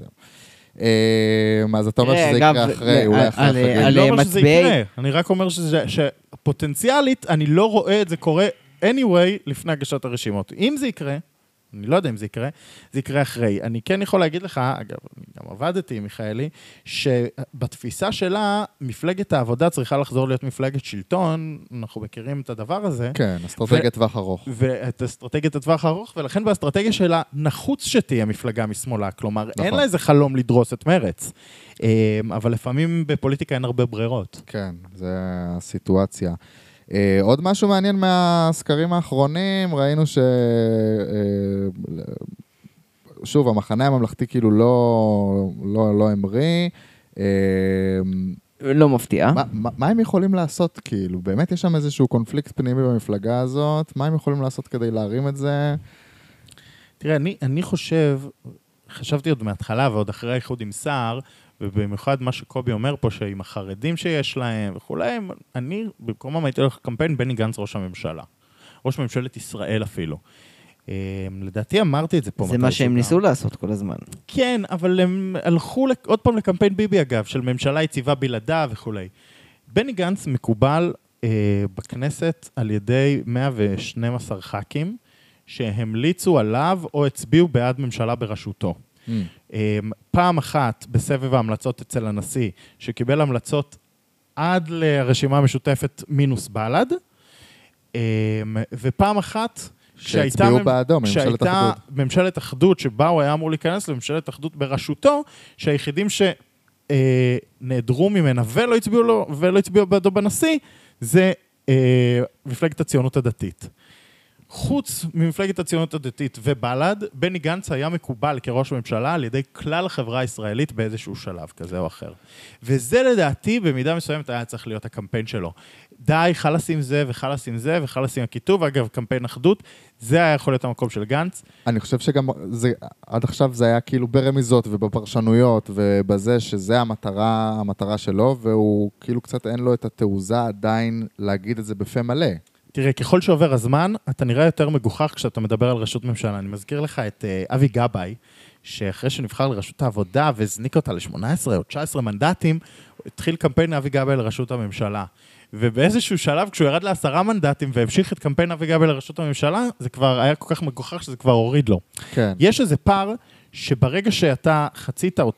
אז אתה אומר שזה יקרה אחרי, אולי אחרי החגים. אני לא אומר שזה יקרה, אני רק אומר שפוטנציאלית, אני לא רואה את זה קורה anyway, לפני הגשת הרשימות. אם זה יקרה, אני לא יודע אם זה יקרה, זה יקרה אחרי. אני כן יכול להגיד לך, אגב, אני גם עבדתי עם מיכאלי, שבתפיסה שלה, מפלגת העבודה צריכה לחזור להיות מפלגת שלטון, אנחנו מכירים את הדבר הזה. כן, אסטרטגיית טווח ארוך. ואת אסטרטגיית הטווח ארוך, ולכן באסטרטגיה שלה נחוץ שתהיה מפלגה משמאלה, כלומר, אין לה איזה חלום לדרוס את מרץ. אבל לפעמים בפוליטיקה אין הרבה ברירות. כן, זה הסיטואציה. Uh, עוד משהו מעניין מהסקרים האחרונים, ראינו ש... Uh, שוב, המחנה הממלכתי כאילו לא, לא, לא אמרי. Uh, לא מפתיע. מה, מה, מה הם יכולים לעשות כאילו? באמת יש שם איזשהו קונפליקט פנימי במפלגה הזאת? מה הם יכולים לעשות כדי להרים את זה? תראה, אני, אני חושב, חשבתי עוד מההתחלה ועוד אחרי האיחוד עם סער, ובמיוחד מה שקובי אומר פה, שעם החרדים שיש להם וכולי, אני במקומם הייתי הולך לקמפיין בני גנץ ראש הממשלה. ראש ממשלת ישראל אפילו. לדעתי אמרתי את זה פה. זה מה שהם ניסו לעשות כל הזמן. כן, אבל הם הלכו עוד פעם לקמפיין ביבי אגב, של ממשלה יציבה בלעדה וכולי. בני גנץ מקובל בכנסת על ידי מאה ושנים עשר ח"כים, שהמליצו עליו או הצביעו בעד ממשלה בראשותו. Mm. פעם אחת בסבב ההמלצות אצל הנשיא, שקיבל המלצות עד לרשימה המשותפת מינוס בלד, ופעם אחת שהצביעו בעדו, ממשלת אחדות. ממשלת אחדות שבה הוא היה אמור להיכנס לממשלת אחדות בראשותו, שהיחידים שנעדרו ממנה ולא הצביעו לו, ולא הצביעו בעדו בנשיא, זה מפלגת הציונות הדתית. חוץ ממפלגת הציונות הדתית ובל"ד, בני גנץ היה מקובל כראש ממשלה על ידי כלל החברה הישראלית באיזשהו שלב כזה או אחר. וזה לדעתי במידה מסוימת היה צריך להיות הקמפיין שלו. די, חלס עם זה וחלס עם זה וחלס עם הכיתוב, אגב, קמפיין אחדות, זה היה יכול להיות המקום של גנץ. אני חושב שגם זה, עד עכשיו זה היה כאילו ברמיזות ובפרשנויות ובזה שזה המטרה, המטרה שלו, והוא כאילו קצת אין לו את התעוזה עדיין להגיד את זה בפה מלא. תראה, ככל שעובר הזמן, אתה נראה יותר מגוחך כשאתה מדבר על רשות ממשלה. אני מזכיר לך את uh, אבי גבאי, שאחרי שנבחר לרשות העבודה והזניק אותה ל-שמונה עשרה או תשע עשרה מנדטים, התחיל קמפיין אבי גבאי לרשות הממשלה. ובאיזשהו שלב, כשהוא ירד לעשרה מנדטים והמשיך את קמפיין אבי גבאי לרשות הממשלה, זה כבר היה כל כך מגוחך שזה כבר הוריד לו. כן. יש איזה פער שברגע שאתה חצית אותו,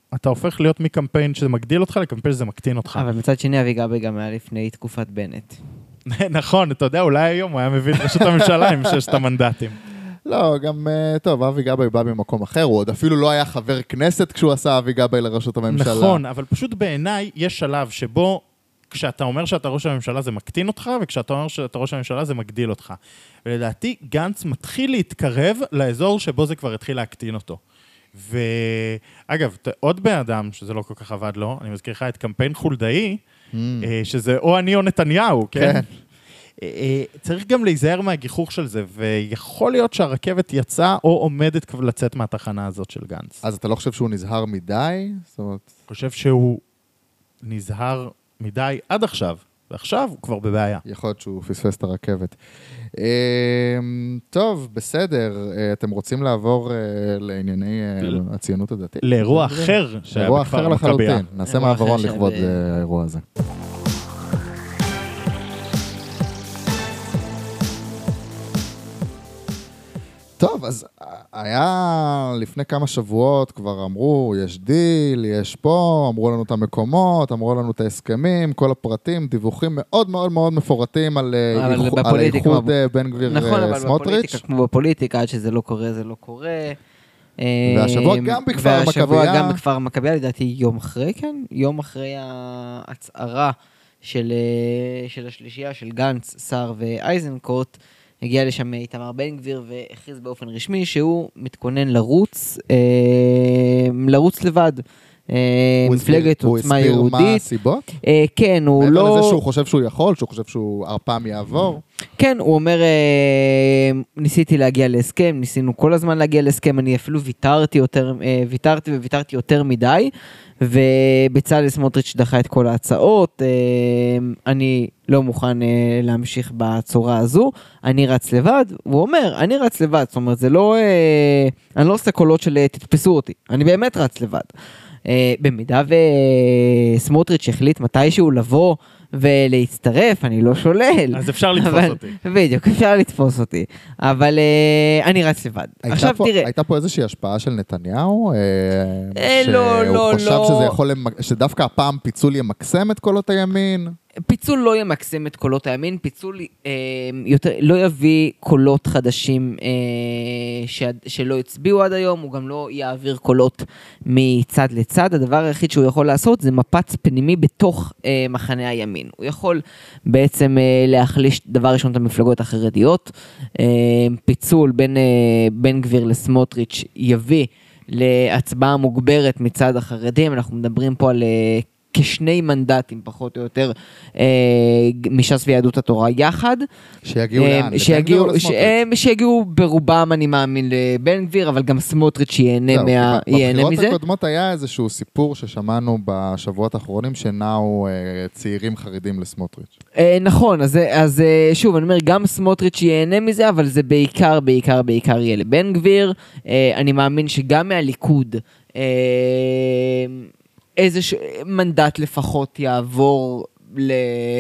אתה הופך להיות מקמפיין שזה מגדיל אותך לקמפיין שזה מקטין אותך. אבל מצד שני, אבי גבאי גם היה לפני תקופת בנט. נכון, אתה יודע, אולי היום הוא היה מביא את ראשות הממשלה עם ששת המנדטים. לא, גם, טוב, אבי גבאי בא ממקום אחר, הוא עוד אפילו לא היה חבר כנסת כשהוא עשה אבי גבאי לראשות הממשלה. נכון, אבל פשוט בעיניי יש שלב שבו כשאתה אומר שאתה ראש הממשלה זה מקטין אותך, וכשאתה אומר שאתה ראש הממשלה זה מגדיל אותך. ולדעתי גנץ מתחיל להתקרב לאזור שבו זה כבר התחיל להקטין אותו. ואגב, עוד בן אדם, שזה לא כל כך עבד לו, אני מזכיר לך את קמפיין חולדאי, mm. שזה או אני או נתניהו, כן? כן. צריך גם להיזהר מהגיחוך של זה, ויכול להיות שהרכבת יצאה או עומדת לצאת מהתחנה הזאת של גנץ. אז אתה לא חושב שהוא נזהר מדי? זאת אומרת... אני חושב שהוא נזהר מדי עד עכשיו, ועכשיו הוא כבר בבעיה. יכול להיות שהוא פספס את הרכבת. טוב, בסדר. אתם רוצים לעבור לענייני הציונות הדתית? לאירוע אחר שהיה בכפר המכבייה. נעשה מעברון לכבוד האירוע הזה. טוב, אז היה לפני כמה שבועות, כבר אמרו, יש דיל, יש פה, אמרו לנו את המקומות, אמרו לנו את ההסכמים, כל הפרטים, דיווחים מאוד מאוד מאוד מפורטים על האיחוד בן גביר סמוטריץ'. נכון, אבל בפוליטיקה, כמו בפוליטיקה, עד שזה לא קורה, זה לא קורה. והשבוע גם בכפר המכבייה. והשבוע גם בכפר המכבייה, לדעתי יום אחרי, כן? יום אחרי ההצהרה של השלישייה, של גנץ, סער ואייזנקוט, הגיע לשם איתמר בן גביר והכריז באופן רשמי שהוא מתכונן לרוץ, אה, לרוץ לבד. מפלגת עוצמה יהודית. הוא הסביר מה הסיבות? אה, כן, הוא לא... מעבר לזה שהוא חושב שהוא יכול, שהוא חושב שהוא הפעם יעבור. כן, הוא אומר, אה, ניסיתי להגיע להסכם, ניסינו כל הזמן להגיע להסכם, אני אפילו ויתרתי יותר, אה, ויתרתי וויתרתי יותר מדי, ובצלאל סמוטריץ' דחה את כל ההצעות, אני לא מוכן להמשיך בצורה הזו, אני רץ לבד, הוא אומר, אני רץ לבד, זאת אומרת, זה לא, אני לא עושה קולות של תתפסו אותי, אני באמת רץ לבד. במידה וסמוטריץ' החליט מתישהו לבוא ולהצטרף, אני לא שולל. אז אפשר לתפוס אבל, אותי. בדיוק, אפשר לתפוס אותי. אבל uh, אני רץ לבד. עכשיו פה, תראה. הייתה פה איזושהי השפעה של נתניהו? אה, לא, לא, לא. שהוא חשב שזה יכול, שדווקא הפעם פיצול ימקסם את קולות הימין? פיצול לא ימקסם את קולות הימין, פיצול אה, יותר, לא יביא קולות חדשים אה, ש, שלא הצביעו עד היום, הוא גם לא יעביר קולות מצד לצד, הדבר היחיד שהוא יכול לעשות זה מפץ פנימי בתוך אה, מחנה הימין. הוא יכול בעצם אה, להחליש דבר ראשון את המפלגות החרדיות, אה, פיצול בין אה, בן גביר לסמוטריץ' יביא להצבעה מוגברת מצד החרדים, אנחנו מדברים פה על אה, כשני מנדטים, פחות או יותר, אה, מש"ס ויהדות התורה יחד. שיגיעו אה, לאן? שיגיעו, לבן גביר או לסמוטריץ'? שיגיעו ברובם, אני מאמין, לבן גביר, אבל גם סמוטריץ' ייהנה מה... ייהנה מזה. בבחירות הקודמות היה איזשהו סיפור ששמענו בשבועות האחרונים, שנעו אה, צעירים חרדים לסמוטריץ'. אה, נכון, אז, אז שוב, אני אומר, גם סמוטריץ' ייהנה מזה, אבל זה בעיקר, בעיקר, בעיקר יהיה לבן גביר. אה, אני מאמין שגם מהליכוד... אה, איזה ש... מנדט לפחות יעבור ל...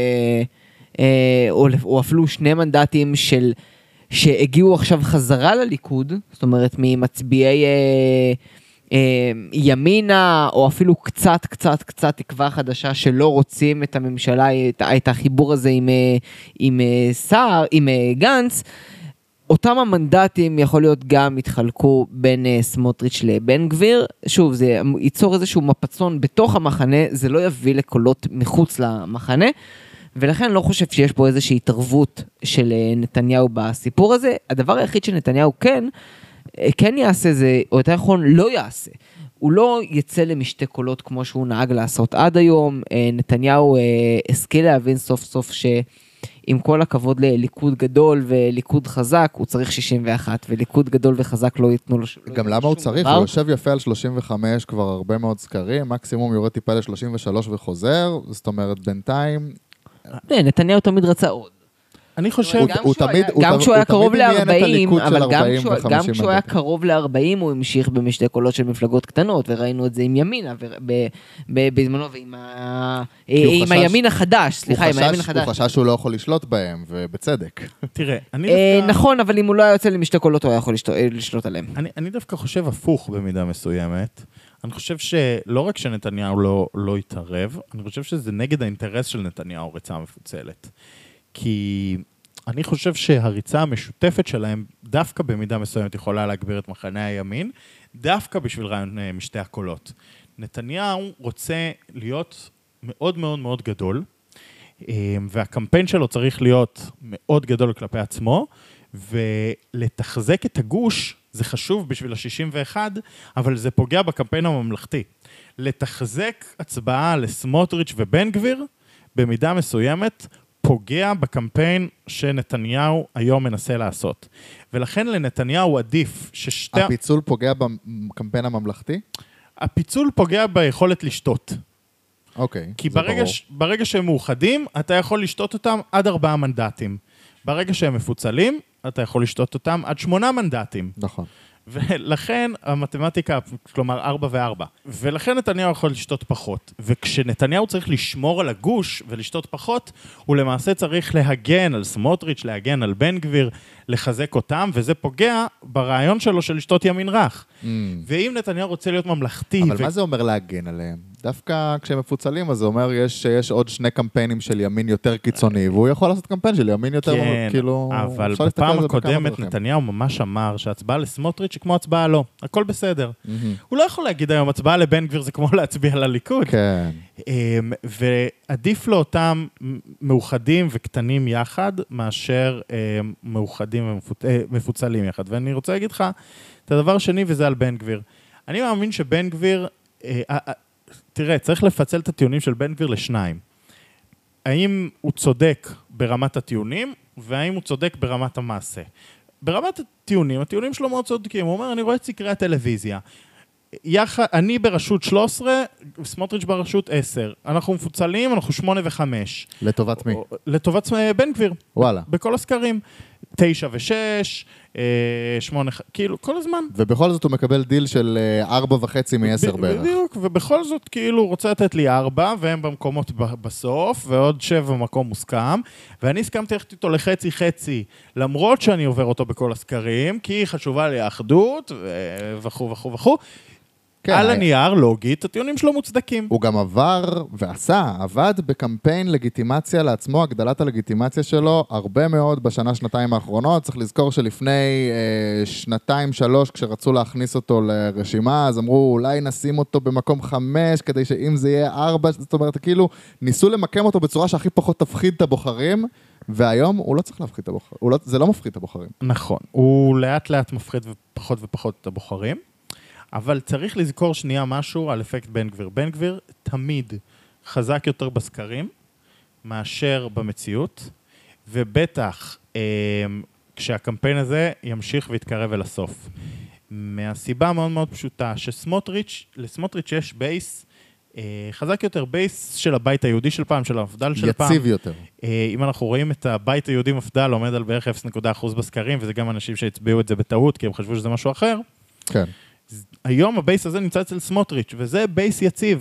או, או אפילו שני מנדטים של... שהגיעו עכשיו חזרה לליכוד, זאת אומרת ממצביעי אה, אה, ימינה, או אפילו קצת, קצת, קצת תקווה חדשה שלא רוצים את הממשלה, את, את החיבור הזה עם, עם סער, עם גנץ, אותם המנדטים יכול להיות גם התחלקו בין uh, סמוטריץ' לבן גביר. שוב, זה ייצור איזשהו מפצון בתוך המחנה, זה לא יביא לקולות מחוץ למחנה, ולכן לא חושב שיש פה איזושהי התערבות של uh, נתניהו בסיפור הזה. הדבר היחיד שנתניהו כן, uh, כן יעשה זה, או יותר נכון לא יעשה. הוא לא יצא למשתי קולות כמו שהוא נהג לעשות עד היום. Uh, נתניהו uh, השכיל להבין סוף סוף ש... עם כל הכבוד לליכוד גדול וליכוד חזק, הוא צריך שישים ואחת, וליכוד גדול וחזק לא ייתנו לו שום דבר. גם למה הוא צריך? הוא יושב יפה על שלושים וחמש כבר הרבה מאוד סקרים, מקסימום יורד טיפה ל-שלושים ושלוש וחוזר, זאת אומרת בינתיים... נתניהו תמיד רצה עוד. אני חושב... גם כשהוא היה קרוב ל-ארבעים, אבל גם כשהוא היה קרוב ל-ארבעים, הוא המשיך במשתי קולות של מפלגות קטנות, וראינו את זה עם ימינה, בזמנו ועם הימין החדש, סליחה, עם הימין החדש. הוא חשש שהוא לא יכול לשלוט בהם, ובצדק. תראה, אני דווקא... נכון, אבל אם הוא לא היה יוצא למשתי קולות, הוא היה יכול לשלוט עליהם. אני דווקא חושב הפוך במידה מסוימת. אני חושב שלא רק שנתניהו לא, לא יתערב, אני חושב שזה נגד האינטרס של נתניהו, ריצה המפוצלת. כי אני חושב שהריצה המשותפת שלהם, דווקא במידה מסוימת יכולה להגביר את מחנה הימין, דווקא בשביל רעיון משתי הקולות. נתניהו רוצה להיות מאוד מאוד מאוד גדול, והקמפיין שלו צריך להיות מאוד גדול כלפי עצמו, ולתחזק את הגוש, זה חשוב בשביל ה-שישים ואחת, אבל זה פוגע בקמפיין הממלכתי. לתחזק הצבעה לסמוטריץ' ובן גביר, במידה מסוימת, פוגע בקמפיין שנתניהו היום מנסה לעשות. ולכן לנתניהו עדיף ששתי... הפיצול פוגע בקמפיין הממלכתי? הפיצול פוגע ביכולת לשתות. אוקיי, כי ברגע, ש... ברגע שהם מאוחדים, אתה יכול לשתות אותם עד ארבעה מנדטים. ברגע שהם מפוצלים, אתה יכול לשתות אותם עד שמונה מנדטים. נכון. ולכן המתמטיקה, כלומר ארבע וארבע. ולכן נתניהו יכול לשתות פחות. וכשנתניהו צריך לשמור על הגוש ולשתות פחות, הוא למעשה צריך להגן על סמוטריץ', להגן על בן גביר, לחזק אותם, וזה פוגע ברעיון שלו של לשתות ימין רך. Mm. ואם נתניהו רוצה להיות ממלכתי... אבל ו... מה זה אומר להגן עליהם? דווקא כשהם מפוצלים, אז זה אומר יש, שיש עוד שני קמפיינים של ימין יותר קיצוני, והוא יכול לעשות קמפיין של ימין יותר... כן, כאילו, אבל בפעם הקודמת נתניהו ממש אמר שהצבעה לסמוטריץ' היא כמו הצבעה לא. הכל בסדר. Mm-hmm. הוא לא יכול להגיד היום, הצבעה לבן גביר זה כמו להצביע לליכוד. כן. ועדיף לו אותם מאוחדים וקטנים יחד, מאשר מאוחדים ומפוצלים יחד. ואני רוצה להגיד לך את הדבר השני, וזה על בן גביר. אני מאמין שבן גביר... תראה, צריך לפצל את הטיעונים של בן גביר לשניים. האם הוא צודק ברמת הטיעונים, והאם הוא צודק ברמת המעשה. ברמת הטיעונים, הטיעונים שלו מאוד צודקים. הוא אומר, אני רואה את סקרי הטלוויזיה. יח... אני ברשות שלוש עשרה, סמוטריץ' ברשות עשר. אנחנו מפוצלים, אנחנו שמונה וחמש. לטובת מי? לטובת בן גביר. וואלה. בכל הסקרים. תשע ושש, שמונה, כאילו, כל הזמן. ובכל זאת הוא מקבל דיל של ארבע וחצי מעשר בערך. בדיוק, ובכל זאת כאילו הוא רוצה לתת לי ארבע, והם במקומות בסוף, ועוד שבע מקום מוסכם, ואני הסכמתי ללכת איתו לחצי חצי, למרות שאני עובר אותו בכל הסקרים, כי חשובה לי האחדות, וכו' וכו' וכו'. כן, על הנייר, לוגית, הטיעונים שלו מוצדקים. הוא גם עבר ועשה, עבד בקמפיין לגיטימציה לעצמו, הגדלת הלגיטימציה שלו, הרבה מאוד בשנה, שנתיים האחרונות. צריך לזכור שלפני אה, שנתיים, שלוש, כשרצו להכניס אותו לרשימה, אז אמרו, אולי נשים אותו במקום חמש, כדי שאם זה יהיה ארבע, זאת אומרת, כאילו, ניסו למקם אותו בצורה שהכי פחות תפחיד את הבוחרים, והיום הוא לא צריך להפחיד את הבוחרים. לא, זה לא מפחיד את הבוחרים. נכון. הוא לאט לאט מפחיד ופחות ופחות את הבוחרים. אבל צריך לזכור שנייה משהו על אפקט בן גביר. בן גביר תמיד חזק יותר בסקרים מאשר במציאות, ובטח אה, כשהקמפיין הזה ימשיך ויתקרב אל הסוף. מהסיבה מאוד מאוד פשוטה, שסמוטריץ', לסמוטריץ' יש בייס אה, חזק יותר, בייס של הבית היהודי של פעם, של המפדל של פעם. יציב יותר. אה, אם אנחנו רואים את הבית היהודי מפדל, עומד על בערך אפס נקודה אחוז בסקרים, וזה גם אנשים שהצביעו את זה בטעות, כי הם חשבו שזה משהו אחר. כן. היום הבייס הזה נמצא אצל סמוטריץ', וזה בייס יציב.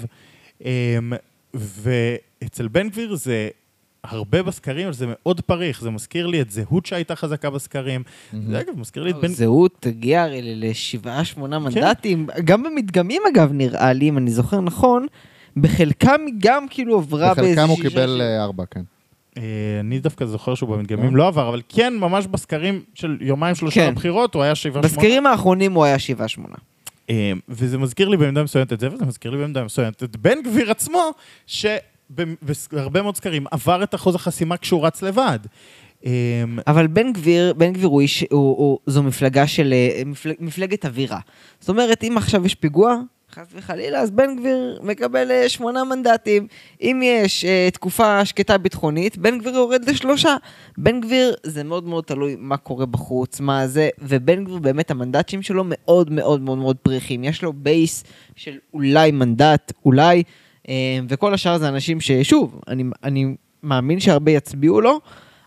ואצל בן גביר זה הרבה בסקרים, אבל זה מאוד פריך. זה מזכיר לי את זהות שהייתה חזקה בסקרים. זה אגב, מזכיר לי את בן... זהות הגיעה לשבעה, שמונה מנדטים. גם במדגמים אגב נראה לי, אם אני זוכר נכון, בחלקם גם כאילו עברה באיזושהי... בחלקם הוא קיבל ארבע, כן. אני דווקא זוכר שהוא במדגמים לא עבר, אבל כן, ממש בסקרים של יומיים שלושה לבחירות, הוא היה שבעה, שמונה. בסקרים האחרונים הוא היה שבעה, שמונה. וזה מזכיר לי במידה מסוימת את זה, וזה מזכיר לי במידה מסוימת את בן גביר עצמו, שבהרבה מאוד סקרים עבר את אחוז החסימה כשהוא רץ לבד. אבל בן גביר, בן גביר הוא איש, זו מפלגה של, מפלגת אווירה. זאת אומרת, אם עכשיו יש פיגוע, חס וחלילה, אז בן גביר מקבל שמונה מנדטים. אם יש uh, תקופה שקטה ביטחונית, בן גביר יורד לשלושה. בן גביר זה מאוד מאוד תלוי מה קורה בחוץ, מה זה, ובן גביר באמת המנדטים שלו מאוד מאוד מאוד מאוד פריחים. יש לו בייס של אולי מנדט, אולי, uh, וכל השאר זה אנשים ששוב, אני, אני מאמין שהרבה יצביעו לו,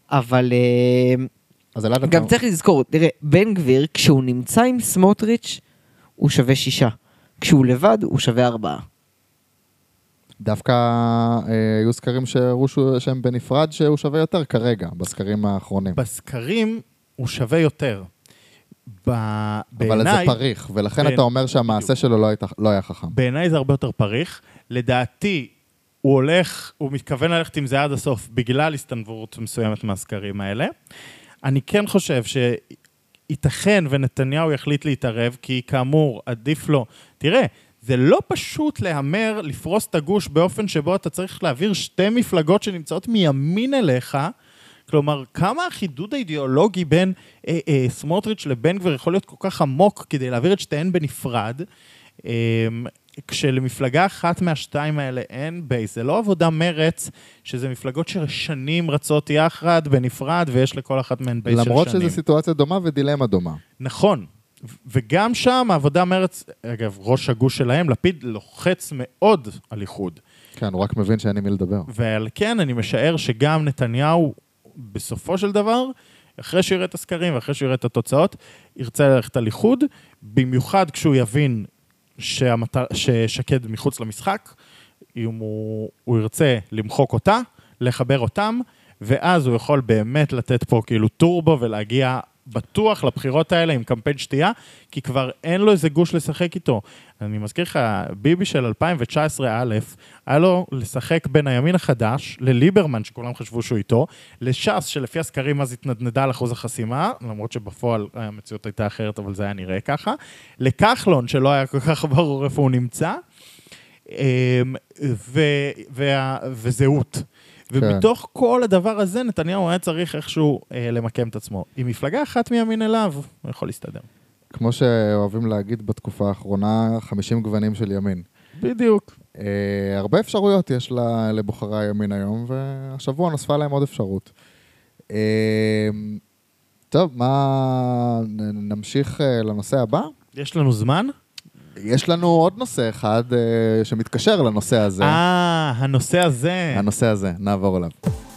אבל גם צריך לזכור, תראה, בן גביר, כשהוא נמצא עם סמוטריץ', הוא שווה שישה. כשהוא לבד, הוא שווה ארבעה. דווקא היו סקרים שהראו שהם בנפרד, שהוא שווה יותר כרגע, בסקרים האחרונים. בסקרים הוא שווה יותר. אבל זה פריך, ולכן אתה אומר שהמעשה שלו לא היה חכם. בעיניי זה הרבה יותר פריך. לדעתי, הוא הולך, הוא מתכוון ללכת עם זה עד הסוף, בגלל הסתנוורות מסוימת מהסקרים האלה. אני כן חושב שייתכן ונתניהו יחליט להתערב, כי כאמור, עדיף לו. תראה, זה לא פשוט להמר, לפרוס את הגוש באופן שבו אתה צריך להעביר שתי מפלגות שנמצאות מימין אליך, כלומר, כמה החידוד האידיאולוגי בין אה, אה, סמוטריץ' לבן גביר יכול להיות כל כך עמוק כדי להעביר את שתיהן בנפרד, אה, כשלמפלגה אחת מהשתיים האלה אין בייס, זה לא עבודה מרץ, שזה מפלגות ששנים רצות יחד בנפרד, ויש לכל אחת מהן בייס של שנים. למרות שזו סיטואציה דומה ודילמה דומה. נכון, וגם שם העבודה מרץ, אגב, ראש הגוש שלהם, לפיד לוחץ מאוד על איחוד. כן, הוא רק מבין שאין עם מי לדבר. ועל כן אני משער שגם נתניהו, בסופו של דבר, אחרי שיראה את הסקרים ואחרי שיראה את התוצאות, ירצה ללכת על איחוד, במיוחד כשהוא יבין שהמטר, ששקד מחוץ למשחק, אם הוא, הוא ירצה למחוק אותה, לחבר אותם, ואז הוא יכול באמת לתת פה כאילו טורבו ולהגיע בטוח לבחירות האלה עם קמפיין שתייה, כי כבר אין לו איזה גוש לשחק איתו. אני מזכיר לך, ביבי של אלפיים תשע עשרה א', היה לו לשחק בין הימין החדש, לליברמן שכולם חשבו שהוא איתו, לש"ס שלפי הסקרים אז התנדנדה על אחוז החסימה, למרות שבפועל המציאות הייתה אחרת, אבל זה היה נראה ככה, לכחלון שלא היה כל כך ברור איפה הוא נמצא, ו- וה- וזהות. ומתוך כל הדבר הזה, נתניהו היה צריך איכשהו אה, למקם את עצמו. עם מפלגה אחת מימין אליו, הוא יכול להסתדר. כמו שאוהבים להגיד בתקופה האחרונה, חמישים גוונים של ימין. בדיוק. אה, הרבה אפשרויות יש לה, לבוחרי הימין היום, והשבוע נוספה להם עוד אפשרות. אה, טוב, מה... נמשיך אה, לנושא הבא? יש לנו זמן? יש לנו עוד נושא אחד uh, שמתקשר לנושא הזה. אה, הנושא הזה. הנושא הזה, נעבור אליו.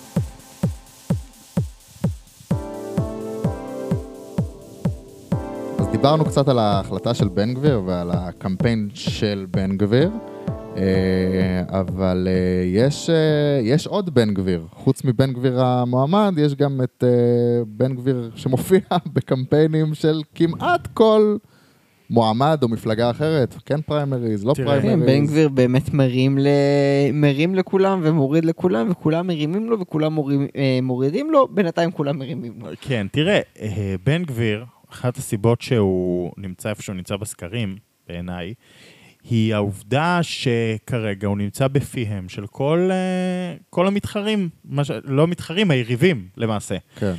אז דיברנו קצת על ההחלטה של בן גביר ועל הקמפיין של בן גביר, uh, אבל uh, יש, uh, יש עוד בן גביר. חוץ מבן גביר המועמד, יש גם את uh, בן גביר שמופיע בקמפיינים של כמעט כל... מועמד או מפלגה אחרת, כן פריימריז, לא פריימריז. בן גביר באמת מרים, ל... מרים לכולם ומוריד לכולם, וכולם מרימים לו וכולם מוריד... מורידים לו, בינתיים כולם מרימים לו. כן, תראה, בן גביר, אחת הסיבות שהוא נמצא איפה שהוא נמצא בסקרים, בעיניי, היא העובדה שכרגע הוא נמצא בפיהם של כל, כל המתחרים, לא מתחרים, היריבים למעשה. כן.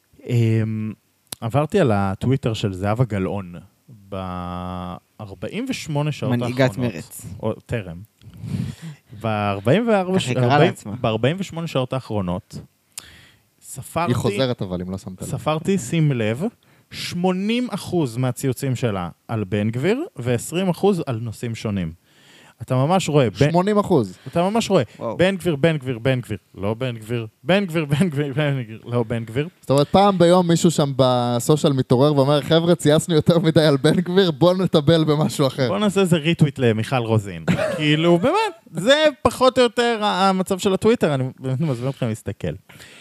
עברתי על הטוויטר של זהבה גלאון, ב-ארבעים ושמונה שעות האחרונות. מנהיגת מרץ. או טרם. ב-ארבעים ושמונה שעות האחרונות, ספרתי... היא חוזרת אבל, אם לא שמת לב. ספרתי, שים לב, שמונים אחוז מהציוצים שלה על בן גביר, ו-עשרים אחוז על נושאים שונים. אתה ממש רואה... שמונים אחוז. אתה ממש רואה, בן גביר, בן גביר, בן גביר, לא בן גביר, בן גביר, בן גביר, בן גביר, לא בן גביר. זאת אומרת, פעם ביום מישהו שם בסושיאל מתעורר ואומר, חבר'ה, צייסנו יותר מדי על בן גביר, בוא נטבל במשהו אחר. בוא נעשה איזה ריטוויט למיכל רוזין. כאילו, באמת, זה פחות או יותר המצב של הטוויטר, אני באמת מזמין אתכם להסתכל.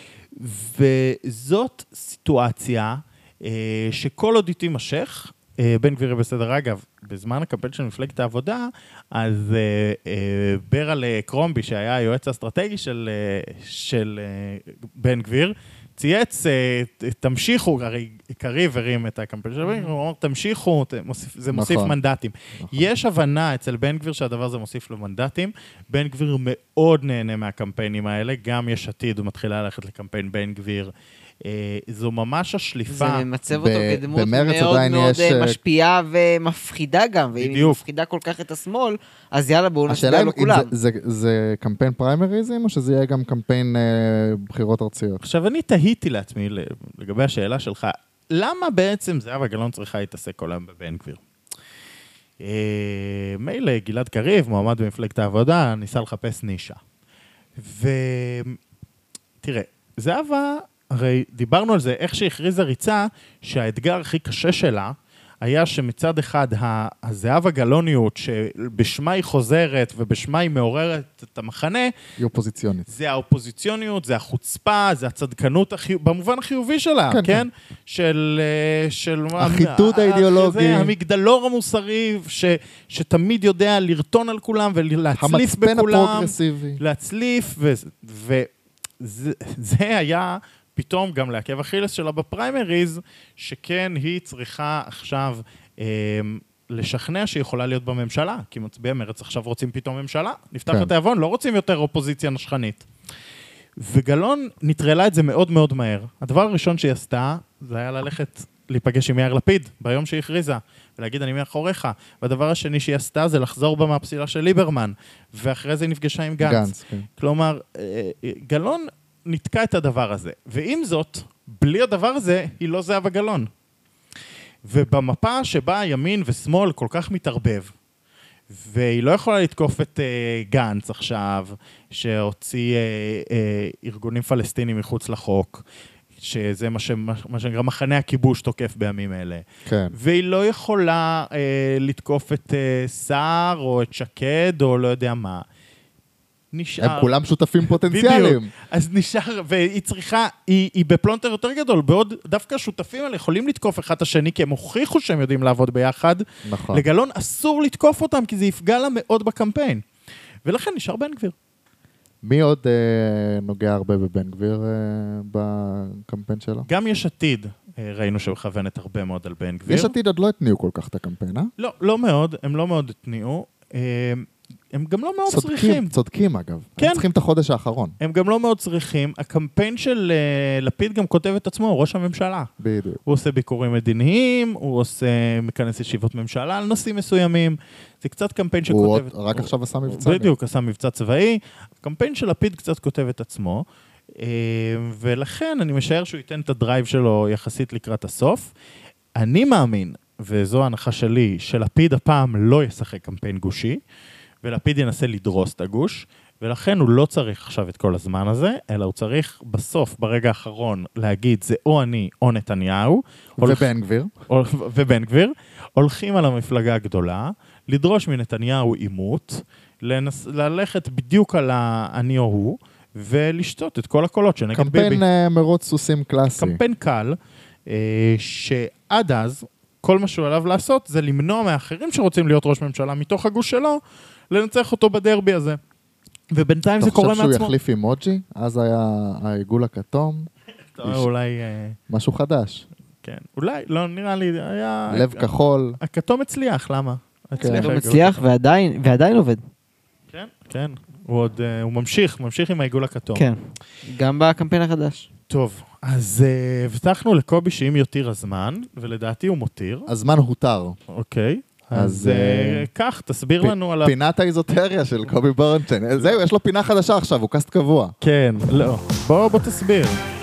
וזאת סיטואציה שכל עוד היא תימשך, בן גביר בסדר, אגב, בזמן הקמפיין של מפלגת העבודה, אז ברל קרומבי, שהיה היועץ האסטרטגי של, של בן גביר, צייץ, תמשיכו, הרי קריב הרים את הקמפיין של בן גביר, הוא אמר, תמשיכו, זה מוסיף נכון, מנדטים. נכון. יש הבנה אצל בן גביר שהדבר הזה מוסיף לו מנדטים, בן גביר מאוד נהנה מהקמפיינים האלה, גם יש עתיד, הוא מתחילה ללכת לקמפיין בן גביר, זו ממש השליפה. זה ממצב אותו כדמות מאוד מאוד משפיעה ומפחידה גם, ואם היא מפחידה כל כך את השמאל, אז יאללה בואו נצביע לו כולם. זה קמפיין פריימריזם, או שזה יהיה גם קמפיין בחירות ארציות? עכשיו, אני תהיתי לעצמי, לגבי השאלה שלך, למה בעצם זהבה גלאון צריכה להתעסק כל היום בבן גביר? מילא, גלעד קריב, מועמד במפלגת העבודה, ניסה לחפש נישה. ותראה, זהבה הרי דיברנו על זה, איך שהכריזה ריצה, שהאתגר הכי קשה שלה, היה שמצד אחד הזהב הגלוניות, שבשמה היא חוזרת ובשמה היא מעוררת את המחנה, היא אופוזיציונית. זה האופוזיציוניות, זה החוצפה, זה הצדקנות, החיוב, במובן החיובי שלה, כן? כן? של... של החידוד האידיאולוגי. המגדלור המוסרי, ש, שתמיד יודע לרטון על כולם ולהצליף בכולם. המצפן הפרוגרסיבי. להצליף, וזה היה... פתאום גם לעכב אכילס שלה בפריימריז, שכן היא צריכה עכשיו אה, לשכנע שהיא יכולה להיות בממשלה, כי מצביעי מרץ עכשיו רוצים פתאום ממשלה, נפתח כן. את העוון, לא רוצים יותר אופוזיציה נשכנית. וגלון נטרלה את זה מאוד מאוד מהר. הדבר הראשון שהיא עשתה, זה היה ללכת להיפגש עם יאיר לפיד, ביום שהיא הכריזה, ולהגיד אני מאחוריך. והדבר השני שהיא עשתה, זה לחזור בה מהפסילה של ליברמן, ואחרי זה היא נפגשה עם גנץ. גנץ כן. כלומר, אה, גלון... נתקע את הדבר הזה. ועם זאת, בלי הדבר הזה, היא לא זהבה גלאון. ובמפה שבה ימין ושמאל כל כך מתערבב, והיא לא יכולה לתקוף את uh, גנץ עכשיו, שהוציא uh, uh, ארגונים פלסטינים מחוץ לחוק, שזה מה, ש, מה שנקרא מחנה הכיבוש תוקף בימים אלה. כן. והיא לא יכולה uh, לתקוף את uh, סער או את שקד או לא יודע מה. נשאר. הם כולם שותפים פוטנציאליים. בדיוק. אז נשאר, והיא צריכה, היא, היא בפלונטר יותר גדול, בעוד דווקא השותפים האלה יכולים לתקוף אחד השני, כי הם הוכיחו שהם יודעים לעבוד ביחד. נכון. לגלון אסור לתקוף אותם, כי זה יפגע לה מאוד בקמפיין. ולכן נשאר בן גביר. מי עוד אה, נוגע הרבה בבן גביר אה, בקמפיין שלו? גם יש עתיד, אה, ראינו שמכוונת הרבה מאוד על בן גביר. יש עתיד עוד לא התניעו כל כך את הקמפיין, אה? לא, לא מאוד, הם לא מאוד התניעו. אה, הם גם לא מאוד צודקים, צריכים. צודקים אגב. כן. הם צריכים את החודש האחרון. הם גם לא מאוד צריכים. הקמפיין של uh, לפיד גם כותב את עצמו, הוא ראש הממשלה. בדיוק. הוא עושה ביקורים מדיניים, הוא עושה, מכנס ישיבות ממשלה על נושאים מסוימים. זה קצת קמפיין שכותב... הוא את... רק הוא... עכשיו עשה מבצע. בדיוק, עשה מבצע צבאי. הקמפיין של לפיד קצת כותב את עצמו, ולכן אני משער שהוא ייתן את הדרייב שלו יחסית לקראת הסוף. אני מאמין, וזו ההנחה שלי, שלפיד הפעם לא ישחק קמפיין גושי, ולפיד ינסה לדרוס את הגוש, ולכן הוא לא צריך עכשיו את כל הזמן הזה, אלא הוא צריך בסוף, ברגע האחרון, להגיד, זה או אני או נתניהו. ובן גביר. ובן גביר. הולכים על המפלגה הגדולה, לדרוש מנתניהו עימות, לנס, ללכת בדיוק על אני או הוא, ולשתות את כל הקולות שנגד ביבי. קמפיין מרוץ סוסים קלאסי. קמפיין קל, שעד אז, כל מה שהוא עליו לעשות, זה למנוע מאחרים שרוצים להיות ראש ממשלה מתוך הגוש שלו, לנצח אותו בדרבי הזה. ובינתיים זה קורה מעצמו. אתה חושב שהוא יחליף אימוג'י? אז היה העיגול הכתום. אולי... משהו חדש. כן. אולי, לא, נראה לי, היה... לב כחול. הכתום הצליח, למה? הכתום הצליח ועדיין עובד. כן, כן. הוא עוד, הוא ממשיך, ממשיך עם העיגול הכתום. כן. גם בקמפיין החדש. טוב, אז הבטחנו לקובי שאם יותיר הזמן, ולדעתי הוא מותיר. הזמן הותר. אוקיי. אז כך, תסביר לנו על... פינת האיזוטריה של קובי ברנשטיין. זהו, יש לו פינה חדשה עכשיו, הוא קאסט קבוע. כן, לא. בוא, בוא תסביר.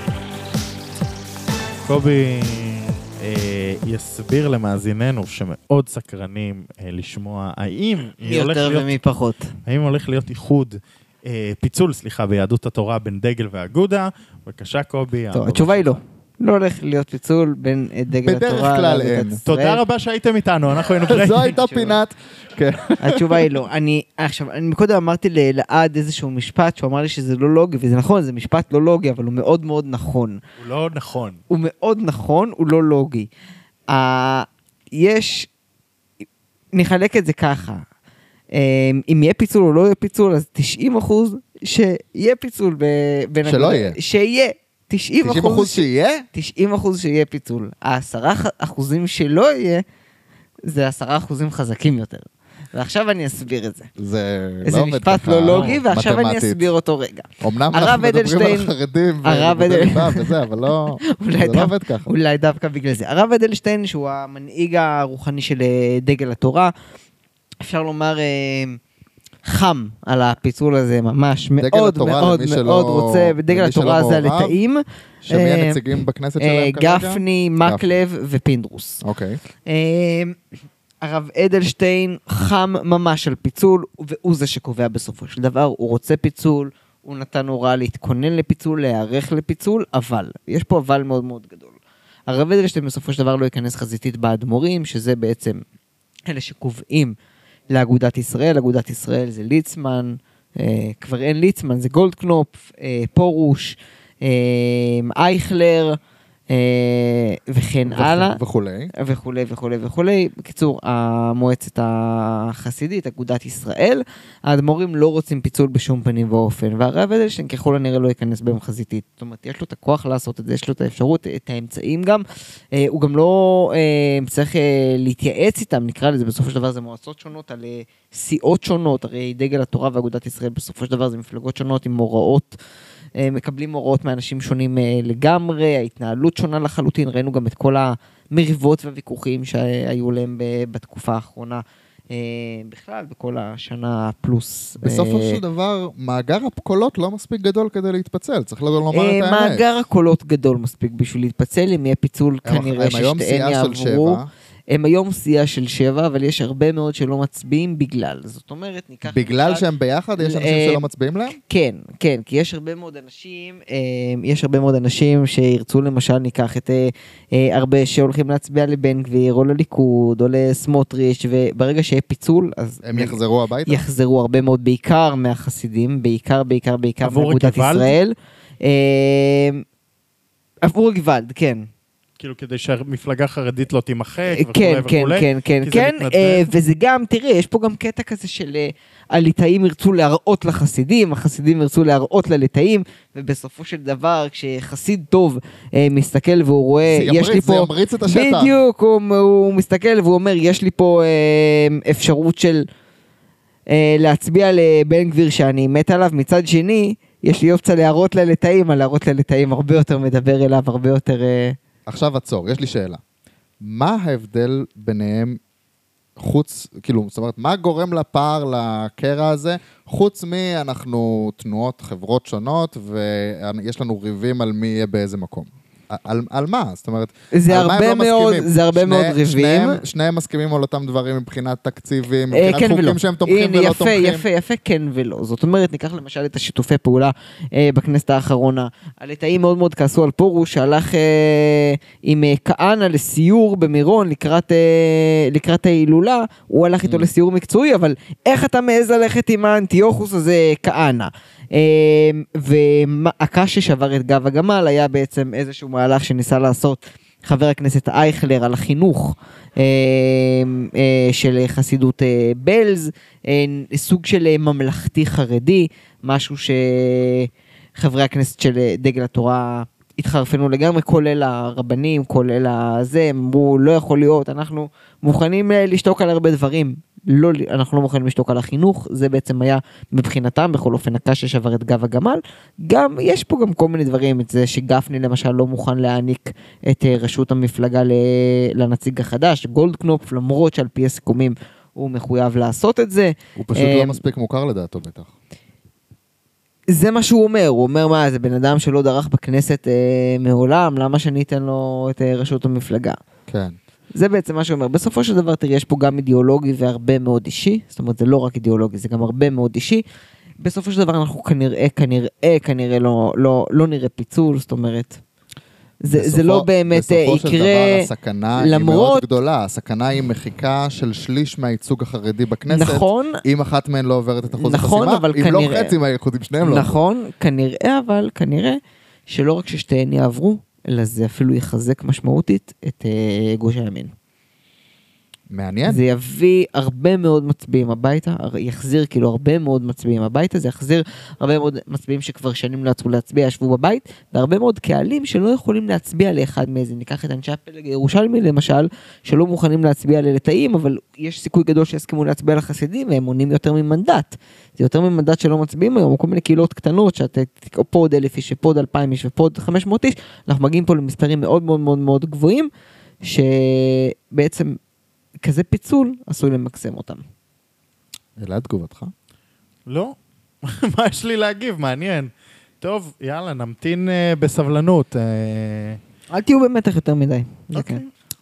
קובי יסביר למאזיננו שמאוד סקרנים לשמוע האם... יותר ומי פחות. האם הולך להיות איחוד, פיצול, סליחה, ביהדות התורה בין דגל והאגודה. בבקשה, קובי. טוב, התשובה היא לא. לא הולך להיות פיצול בין דגל התורה... בדרך כלל אין. תודה רבה שהייתם איתנו, אנחנו היינו גרעים. זו הייתה פינת. התשובה היא לא. אני, עכשיו, אני מקודם אמרתי לעד איזשהו משפט, שהוא אמר לי שזה לא לוגי, וזה נכון, זה משפט לא לוגי, אבל הוא מאוד מאוד נכון. הוא לא נכון. הוא מאוד נכון, הוא לא לוגי. יש, נחלק את זה ככה, אם יהיה פיצול או לא יהיה פיצול, אז תשעים אחוז שיהיה פיצול. שלא יהיה. שיהיה. תשעים אחוז שיהיה? תשעים אחוז שיהיה פיצול. העשרה אחוזים שלא יהיה, זה עשרה אחוזים חזקים יותר. ועכשיו אני אסביר את זה. זה לא עובד ככה. משפט לא לוגי, ועכשיו אני אסביר אותו רגע. אמנם אנחנו מדברים על החרדים, וזה, אבל לא, זה לא עובד ככה. אולי דווקא בגלל זה. הרב אדלשטיין, שהוא המנהיג הרוחני של דגל התורה, אפשר לומר... חם על הפיצול הזה, ממש מאוד מאוד מאוד רוצה, ודגל התורה זה הלטאים. שמי הנציגים בכנסת שלהם כרגע? גפני, מקלב ופינדרוס. אוקיי. הרב אדלשטיין חם ממש על פיצול, והוא זה שקובע בסופו של דבר, הוא רוצה פיצול, הוא נתן הוראה להתכונן לפיצול, להיערך לפיצול, אבל, יש פה אבל מאוד מאוד גדול. הרב אדלשטיין בסופו של דבר לא ייכנס חזיתית באדמו"רים, שזה בעצם אלה שקובעים לאגודת ישראל, אגודת ישראל זה ליצמן, אה, כבר אין ליצמן, זה גולדקנופ, אה, פורוש, אה, אייכלר, אה, וכן וכו, הלאה. וכולי. וכולי וכולי וכולי. בקיצור, המועצת החסידית, אגודת ישראל, האדמו"רים לא רוצים פיצול בשום פנים ואופן, והרב אדלשטיין ככל הנראה לא ייכנס בהם חזיתית. זאת אומרת, יש לו את הכוח לעשות את זה, יש לו את האפשרות, את האמצעים גם. אה, הוא גם לא אה, צריך אה, להתייעץ איתם, נקרא לזה, בסופו של דבר זה מועצות שונות על אה, סיעות שונות, הרי דגל התורה ואגודת ישראל בסופו של דבר זה מפלגות שונות עם הוראות, מקבלים הוראות מאנשים שונים לגמרי, ההתנהלות שונה לחלוטין, ראינו גם את כל המריבות והוויכוחים שהיו להם בתקופה האחרונה, בכלל, בכל השנה פלוס. בסופו של דבר, מאגר הקולות לא מספיק גדול כדי להתפצל, צריך לומר את האמת. מאגר הקולות גדול מספיק בשביל להתפצל, אם יהיה פיצול כנראה ששתיהן יעברו. הם היום סיעה של שבע, אבל יש הרבה מאוד שלא מצביעים בגלל. זאת אומרת, ניקח... בגלל אחד... שהם ביחד? יש אנשים שלא מצביעים להם? כן, כן, כי יש הרבה מאוד אנשים, יש הרבה מאוד אנשים שירצו למשל, ניקח את הרבה שהולכים להצביע לבן גביר, או לליכוד, או לסמוטריץ', וברגע שיהיה פיצול, אז... הם יחזרו הביתה? יחזרו הרבה מאוד, בעיקר מהחסידים, בעיקר, בעיקר, בעיקר מאגודת ישראל. עבור גוואלד, כן. כאילו כדי שהמפלגה חרדית לא תימחק וכו' כן, וכו'. כן, כן, כן, כן, וזה גם, תראה, יש פה גם קטע כזה של הליטאים ירצו להראות לחסידים, החסידים ירצו להראות לליטאים, ובסופו של דבר, כשחסיד טוב מסתכל והוא רואה, יש לי פה... זה ימריץ את השטח. בדיוק, הוא מסתכל והוא אומר, יש לי פה אפשרות של להצביע לבן גביר שאני מת עליו, מצד שני, יש לי אופציה להראות לליטאים, על להראות לליטאים הרבה יותר מדבר אליו, הרבה יותר... עכשיו עצור, יש לי שאלה. מה ההבדל ביניהם חוץ, כאילו, זאת אומרת, מה גורם לפער, לקרע הזה, חוץ מאנחנו תנועות חברות שונות, ויש לנו ריבים על מי יהיה באיזה מקום? על, על מה? זאת אומרת, זה הרבה לא מאוד, זה הרבה שני, מאוד ריבים. שניהם, שניהם מסכימים על אותם דברים מבחינת תקציבים, מבחינת כן חוקים ולא. שהם תומכים הנה, ולא יפה, תומכים. יפה, יפה, כן ולא. זאת אומרת, ניקח למשל את השיתופי פעולה אה, בכנסת האחרונה. הליטאים מאוד מאוד כעסו על פורוש, שהלך אה, עם אה, כהנא לסיור במירון לקראת, אה, לקראת ההילולה, הוא הלך איתו mm. לסיור מקצועי, אבל איך אתה מעז ללכת עם האנטיוכוס הזה כהנא? והקש ששבר את גב הגמל היה בעצם איזשהו מהלך שניסה לעשות חבר הכנסת אייכלר על החינוך של חסידות בלז, סוג של ממלכתי חרדי, משהו שחברי הכנסת של דגל התורה התחרפנו לגמרי, כולל הרבנים, כולל הזה, אמרו לא יכול להיות, אנחנו מוכנים לשתוק על הרבה דברים, לא, אנחנו לא מוכנים לשתוק על החינוך, זה בעצם היה מבחינתם, בכל אופן הקש ששבר את גב הגמל, גם, יש פה גם כל מיני דברים, את זה שגפני למשל לא מוכן להעניק את ראשות המפלגה לנציג החדש, גולדקנופ, למרות שעל פי הסיכומים הוא מחויב לעשות את זה. הוא פשוט לא מספיק מוכר לדעתו בטח. זה מה שהוא אומר, הוא אומר מה, זה בן אדם שלא דרך בכנסת אה, מעולם, למה שאני אתן לו את אה, ראשות המפלגה? כן. זה בעצם מה שהוא אומר. בסופו של דבר, תראי, יש פה גם אידיאולוגי והרבה מאוד אישי, זאת אומרת, זה לא רק אידיאולוגי, זה גם הרבה מאוד אישי. בסופו של דבר, אנחנו כנראה, כנראה, כנראה לא, לא, לא נראה פיצול, זאת אומרת, זה, בסופו, זה לא באמת יקרה. בסופו של דבר, הסכנה למרות... היא מאוד גדולה, הסכנה היא מחיקה של שליש מהייצוג החרדי בכנסת, נכון, אם אחת מהן לא עוברת את אחוז נכון, החסימה, אבל אם כנראה, לא חצי מהייחודים, שניהם לא. נכון, כנראה, אבל כנראה, שלא רק ששתיהן יעברו, אלא זה אפילו יחזק משמעותית את uh, גוש הימין. מעניין. זה יביא הרבה מאוד מצביעים הביתה, יחזיר כאילו הרבה מאוד מצביעים הביתה, זה יחזיר הרבה מאוד מצביעים שכבר שנים לא יצאו להצביע, ישבו בבית, והרבה מאוד קהלים שלא יכולים להצביע לאחד מאיזה, ניקח את אנשי הפלג ירושלמי למשל, שלא מוכנים להצביע לליטאים, אבל יש סיכוי גדול שיסכימו להצביע לחסידים, והם מונים יותר ממנדט. זה יותר ממנדט שלא מצביעים היום, כל מיני קהילות קטנות, שאתה פה עוד אלף איש, ופה עוד אלפיים איש, ופה עוד חמש מאות איש, אנחנו מגיעים פה למספרים מאוד מאוד מאוד מאוד גבוהים, שבעצם כזה פיצול, עשוי למקסם אותם. אלעד, תגובתך? לא. מה יש לי להגיב? מעניין. טוב, יאללה, נמתין uh, בסבלנות. אל תהיו במתח יותר מדי. אוקיי.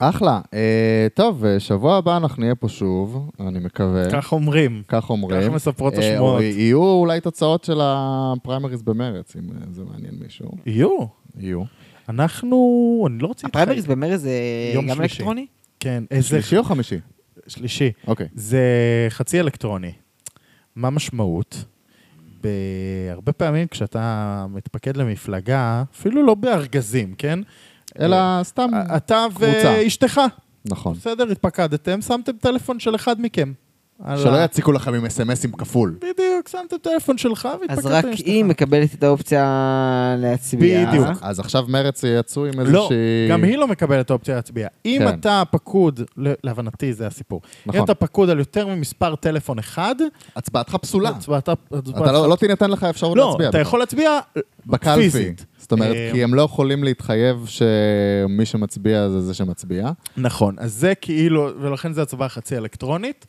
אחלה. טוב, שבוע הבא אנחנו נהיה פה שוב, אני מקווה. כך אומרים. כך אומרים. כך מספרות השמועות. יהיו אולי תוצאות של הפריימריז במרץ, אם זה מעניין מישהו. יהיו. יהיו. אנחנו, אני לא רוצה... הפריימריז במרץ זה גם אלקטרוני? כן. שלישי או חמישי? שלישי. אוקיי. זה חצי אלקטרוני. מה משמעות? בהרבה פעמים כשאתה מתפקד למפלגה, אפילו לא בארגזים, כן? אלא סתם קבוצה. אתה ואשתך. נכון. בסדר, התפקדתם, שמתם טלפון של אחד מכם. שלא יציקו לכם עם אס-אמסים כפול. בדיוק, שמתם טלפון שלך והתפקדתם אז רק היא מקבלת את האופציה להצביע. בדיוק. אז עכשיו מרץ יצאו עם איזושהי... לא, גם היא לא מקבלת את האופציה להצביע. אם אתה פקוד, להבנתי זה הסיפור, אם אתה פקוד על יותר ממספר טלפון אחד, הצבעתך פסולה. אתה לא תינתן לך אפשרות להצביע. לא, אתה יכול להצביע פיזית. זאת אומרת, כי הם לא יכולים להתחייב שמי שמצביע זה זה שמצביע. נכון, אז זה כאילו, ולכן זה הצבעה חצי אלקטרונית.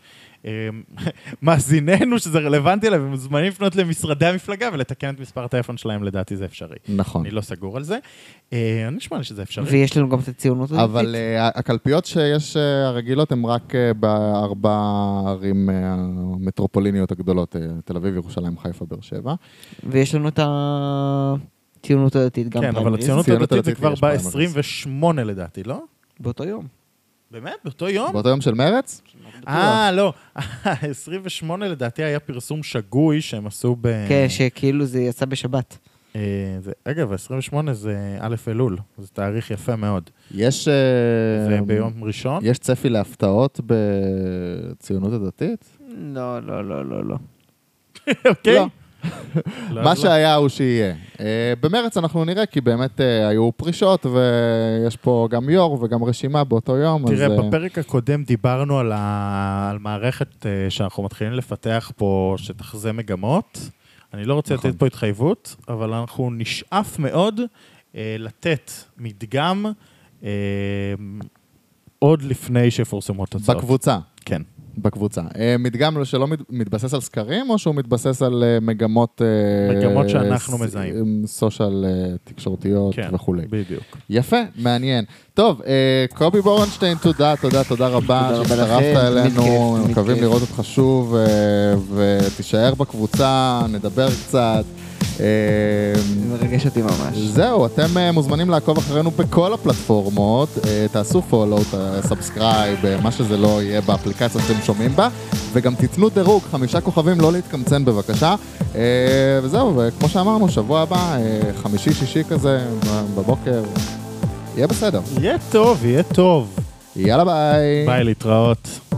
מאזיננו שזה רלוונטי אליו, ומוזמנים לפנות למשרדי המפלגה ולתקן את מספר הטלפון שלהם, לדעתי זה אפשרי. נכון. אני לא סגור על זה. אני נשמע לי שזה אפשרי. ויש לנו גם את הציונות הדתית. אבל הקלפיות שיש הרגילות הן רק בארבע ערים המטרופוליניות הגדולות, תל אביב, ירושלים, חיפה, באר שבע. ויש לנו את הציונות הדתית גם. כן, אבל הציונות הדתית זה כבר ב-עשרים ושמונה לדעתי, לא? באותו יום. באמת? באותו יום? באותו יום של מרץ? אה, לא. עשרים ושמונה לדעתי היה פרסום שגוי שהם עשו ב... כן, שכאילו זה יצא בשבת. אגב, עשרים ושמונה זה א' אלול, זה תאריך יפה מאוד. יש... זה ביום ראשון? יש צפי להפתעות בציונות הדתית? לא, לא, לא, לא, לא. אוקיי. מה שהיה הוא שיהיה. במרץ אנחנו נראה, כי באמת היו פרישות, ויש פה גם יור וגם רשימה באותו יום. תראה, בפרק הקודם דיברנו על מערכת שאנחנו מתחילים לפתח פה, שתחזה מגמות. אני לא רוצה לתת פה התחייבות, אבל אנחנו נשאף מאוד לתת מדגם עוד לפני שפורסמו תוצאות. בקבוצה. כן. בקבוצה. מדגם שלא מתבסס על סקרים, או שהוא מתבסס על מגמות... מגמות שאנחנו מזהים. סושיאל תקשורתיות וכו'. בדיוק. יפה, מעניין. טוב, קובי בורנשטיין, תודה, תודה, תודה רבה שהצטרפת אלינו. מקווים לראות אותך שוב, ותישאר בקבוצה, נדבר קצת. מרגש אותי ממש. זהו, אתם מוזמנים לעקוב אחרינו בכל הפלטפורמות, תעשו פולו, סאבסקרייב, מה שזה לא יהיה באפליקציה שאתם שומעים בה, וגם תיתנו דירוג, חמישה כוכבים, לא להתקמצן בבקשה. וזהו, וכמו שאמרנו, שבוע הבא, חמישי, שישי כזה, בבוקר, יהיה בסדר. יהיה טוב, יהיה טוב. יאללה ביי. ביי, להתראות.